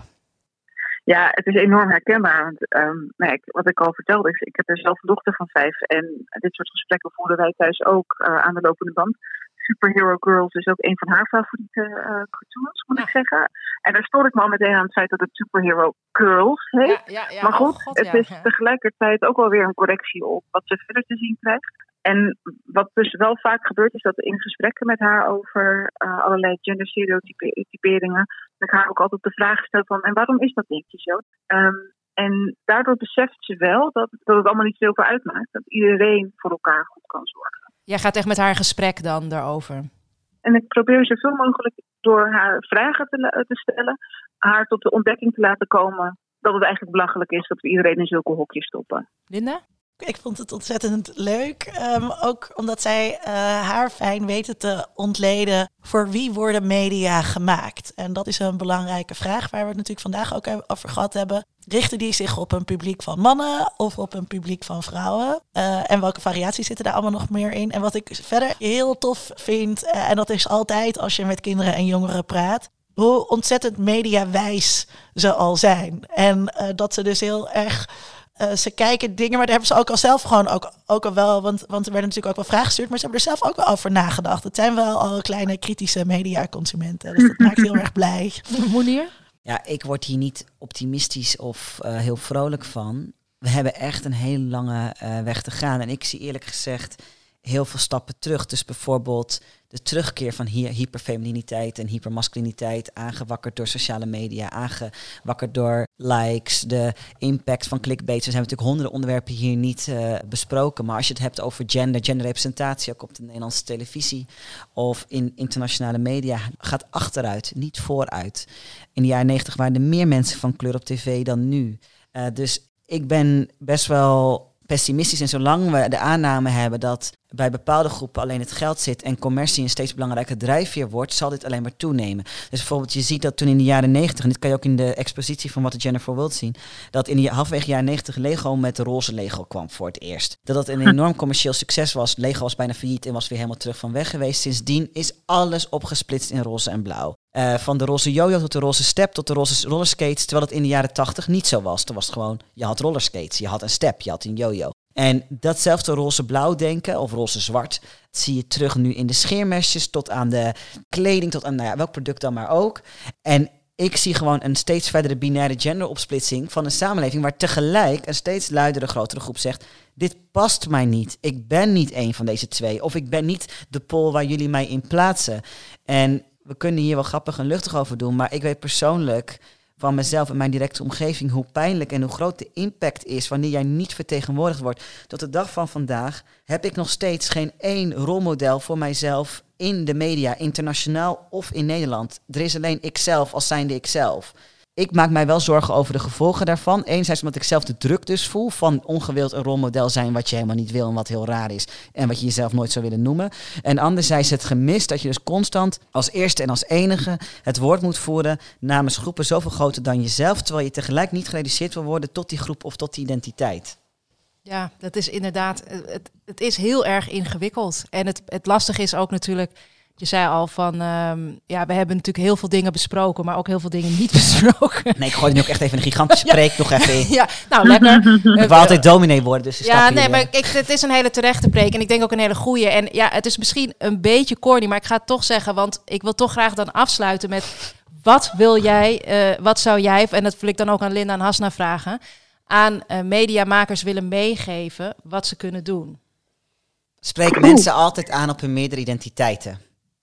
Ja, het is enorm herkenbaar. Want, um, nou ja, ik, wat ik al vertelde is, ik heb er zelf een dochter van vijf. En dit soort gesprekken voeren wij thuis ook uh, aan de lopende band. Superhero Girls is ook een van haar favoriete uh, cartoons, moet ja. ik zeggen. En daar stoor ik me al meteen aan het feit dat het Superhero Girls heet. Ja, ja, ja. Maar goed, oh God, het ja, is ja. tegelijkertijd ook wel weer een correctie op wat ze verder te zien krijgt. En wat dus wel vaak gebeurt is dat in gesprekken met haar over uh, allerlei genderstereotyperingen, dat ik haar ook altijd de vraag stel van, en waarom is dat denk je zo? Um, en daardoor beseft ze wel dat, dat het allemaal niet zoveel uitmaakt. Dat iedereen voor elkaar goed kan zorgen. Jij gaat echt met haar in gesprek dan daarover? En ik probeer zoveel mogelijk door haar vragen te, te stellen, haar tot de ontdekking te laten komen dat het eigenlijk belachelijk is dat we iedereen in zulke hokjes stoppen. Linda? Ik vond het ontzettend leuk. Um, ook omdat zij uh, haar fijn weten te ontleden voor wie worden media gemaakt. En dat is een belangrijke vraag waar we het natuurlijk vandaag ook over gehad hebben. Richten die zich op een publiek van mannen of op een publiek van vrouwen? Uh, en welke variaties zitten daar allemaal nog meer in? En wat ik verder heel tof vind, uh, en dat is altijd als je met kinderen en jongeren praat, hoe ontzettend mediawijs ze al zijn. En uh, dat ze dus heel erg... Uh, ze kijken dingen, maar daar hebben ze ook al zelf gewoon ook, ook al wel, want, want er werden natuurlijk ook wel vragen gestuurd, maar ze hebben er zelf ook wel over nagedacht. Het zijn wel al kleine kritische mediaconsumenten, dus dat maakt heel erg blij. Monier? Ja, ik word hier niet optimistisch of uh, heel vrolijk van. We hebben echt een hele lange uh, weg te gaan en ik zie eerlijk gezegd heel veel stappen terug. Dus bijvoorbeeld de terugkeer van hier hyperfemininiteit en hypermasculiniteit, aangewakkerd door sociale media, aangewakkerd door likes, de impact van clickbait. Dus we hebben natuurlijk honderden onderwerpen hier niet uh, besproken. Maar als je het hebt over gender, genderrepresentatie, ook op de Nederlandse televisie of in internationale media, gaat achteruit, niet vooruit. In de jaren negentig waren er meer mensen van kleur op tv dan nu. Uh, dus ik ben best wel pessimistisch. En zolang we de aanname hebben dat bij bepaalde groepen alleen het geld zit en commercie een steeds belangrijker drijfveer wordt, zal dit alleen maar toenemen. Dus bijvoorbeeld, je ziet dat toen in de jaren negentig, en dit kan je ook in de expositie van What the Jennifer World zien, dat in de halfwege jaren negentig Lego met de roze Lego kwam voor het eerst. Dat dat een enorm commercieel succes was. Lego was bijna failliet en was weer helemaal terug van weg geweest. Sindsdien is alles opgesplitst in roze en blauw. Uh, van de roze jojo tot de roze step tot de roze rollerskates, terwijl het in de jaren tachtig niet zo was. Toen was het gewoon, je had rollerskates, je had een step, je had een jojo. En datzelfde roze-blauw denken, of roze-zwart, zie je terug nu in de scheermesjes tot aan de kleding, tot aan nou ja, welk product dan maar ook. En ik zie gewoon een steeds verdere binaire genderopsplitsing van een samenleving waar tegelijk een steeds luidere, grotere groep zegt, dit past mij niet. Ik ben niet een van deze twee. Of ik ben niet de pool waar jullie mij in plaatsen. En we kunnen hier wel grappig en luchtig over doen, maar ik weet persoonlijk van mezelf en mijn directe omgeving hoe pijnlijk en hoe groot de impact is wanneer jij niet vertegenwoordigd wordt. Tot de dag van vandaag heb ik nog steeds geen één rolmodel voor mijzelf in de media, internationaal of in Nederland. Er is alleen ikzelf als zijnde ikzelf. Ik maak mij wel zorgen over de gevolgen daarvan. Enerzijds omdat ik zelf de druk dus voel van ongewild een rolmodel zijn wat je helemaal niet wil en wat heel raar is en wat je jezelf nooit zou willen noemen. En anderzijds het gemis dat je dus constant als eerste en als enige het woord moet voeren namens groepen zoveel groter dan jezelf, terwijl je tegelijk niet gereduceerd wil worden tot die groep of tot die identiteit. Ja, dat is inderdaad, het, het is heel erg ingewikkeld. En het, het lastige is ook natuurlijk, Je zei al van, um, ja, we hebben natuurlijk heel veel dingen besproken, maar ook heel veel dingen niet besproken. Nee, ik gooi er nu ook echt even een gigantische preek ja. nog even in. Ja, nou lekker. Ik wil altijd dominee worden, dus ja, nee, maar ik, het is een hele terechte preek en ik denk ook een hele goeie. En ja, het is misschien een beetje corny, maar ik ga het toch zeggen, want ik wil toch graag dan afsluiten met, wat wil jij, uh, wat zou jij, en dat wil ik dan ook aan Linda en Hasna vragen, aan uh, mediamakers willen meegeven wat ze kunnen doen? Spreek mensen altijd aan op hun meerdere identiteiten.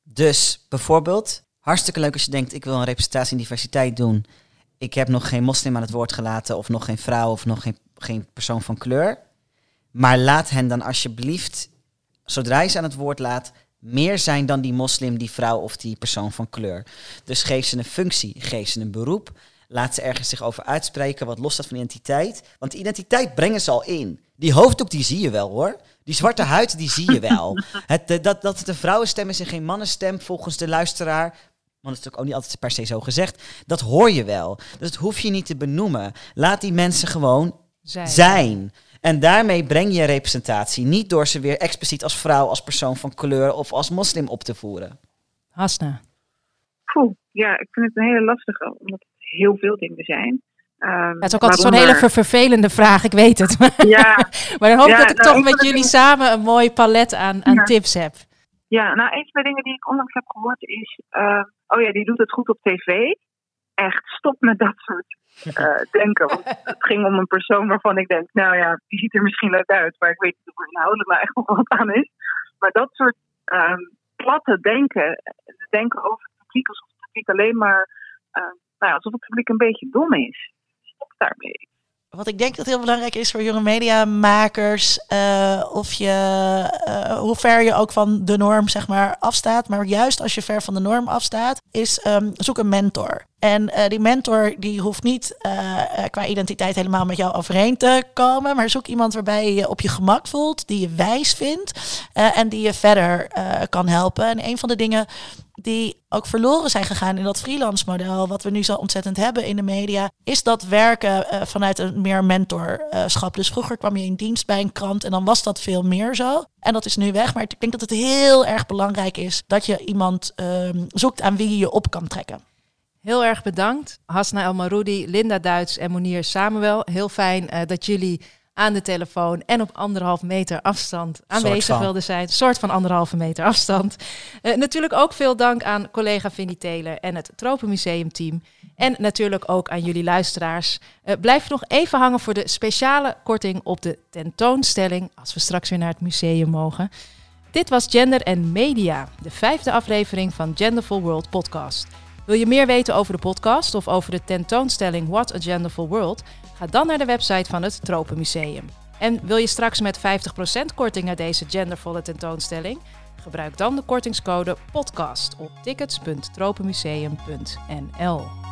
Dus bijvoorbeeld, hartstikke leuk als je denkt, ik wil een representatie en diversiteit doen. Ik heb nog geen moslim aan het woord gelaten of nog geen vrouw of nog geen, geen persoon van kleur. Maar laat hen dan alsjeblieft, zodra je ze aan het woord laat, meer zijn dan die moslim, die vrouw of die persoon van kleur. Dus geef ze een functie, geef ze een beroep. Laat ze ergens zich over uitspreken wat los staat van identiteit. Want identiteit brengen ze al in. Die hoofddoek, die zie je wel hoor. Die zwarte huid, die zie je wel. Het, de, dat, dat het een vrouwenstem is en geen mannenstem volgens de luisteraar. Want dat is natuurlijk ook niet altijd per se zo gezegd. Dat hoor je wel. Dus dat hoef je niet te benoemen. Laat die mensen gewoon zijn. zijn. En daarmee breng je representatie. Niet door ze weer expliciet als vrouw, als persoon van kleur of als moslim op te voeren. Hasna. Oeh, ja, ik vind het een hele lastige, omdat het heel veel dingen zijn. Um, het is ook altijd zo'n hele ver- vervelende vraag, ik weet het. Ja. Maar dan hoop ik ja, dat ik nou, toch met jullie dingen... samen een mooi palet aan, aan ja. tips heb. Ja, nou, een van de dingen die ik onlangs heb gehoord is... Uh, oh ja, die doet het goed op tv. Echt, stop met dat soort uh, denken. Want het ging om een persoon waarvan ik denk... Nou ja, die ziet er misschien leuk uit, maar ik weet niet of er inhoudelijk nou echt nog wat aan is. Maar dat soort um, platte denken... Denken over het publiek alsof het publiek alleen maar... Uh, nou ja, alsof het publiek een beetje dom is. Stop daarmee. Wat ik denk dat heel belangrijk is voor jonge mediamakers, uh, of je, uh, hoe ver je ook van de norm zeg maar afstaat. Maar juist als je ver van de norm afstaat, is um, zoek een mentor. En uh, die mentor die hoeft niet uh, qua identiteit helemaal met jou overeen te komen. Maar zoek iemand waarbij je je op je gemak voelt, die je wijs vindt uh, en die je verder uh, kan helpen. En een van de dingen die ook verloren zijn gegaan in dat freelance model, wat we nu zo ontzettend hebben in de media, is dat werken uh, vanuit een meer mentorschap. Dus vroeger kwam je in dienst bij een krant en dan was dat veel meer zo. En dat is nu weg. Maar ik denk dat het heel erg belangrijk is dat je iemand uh, zoekt aan wie je je op kan trekken. Heel erg bedankt. Hasna El-Maroudi, Linda Duits en Monier Samuel. Heel fijn uh, dat jullie aan de telefoon en op anderhalf meter afstand aanwezig wilden zijn. Een soort van anderhalve meter afstand. Uh, natuurlijk ook veel dank aan collega Vinnie Taylor en het Tropenmuseum team. En natuurlijk ook aan jullie luisteraars. Uh, blijf nog even hangen voor de speciale korting op de tentoonstelling, als we straks weer naar het museum mogen. Dit was Gender en Media, de vijfde aflevering van Genderful World podcast. Wil je meer weten over de podcast of over de tentoonstelling What a Genderful World? Ga dan naar de website van het Tropenmuseum. En wil je straks met vijftig procent korting naar deze gendervolle tentoonstelling? Gebruik dan de kortingscode podcast op tickets punt tropenmuseum punt n l.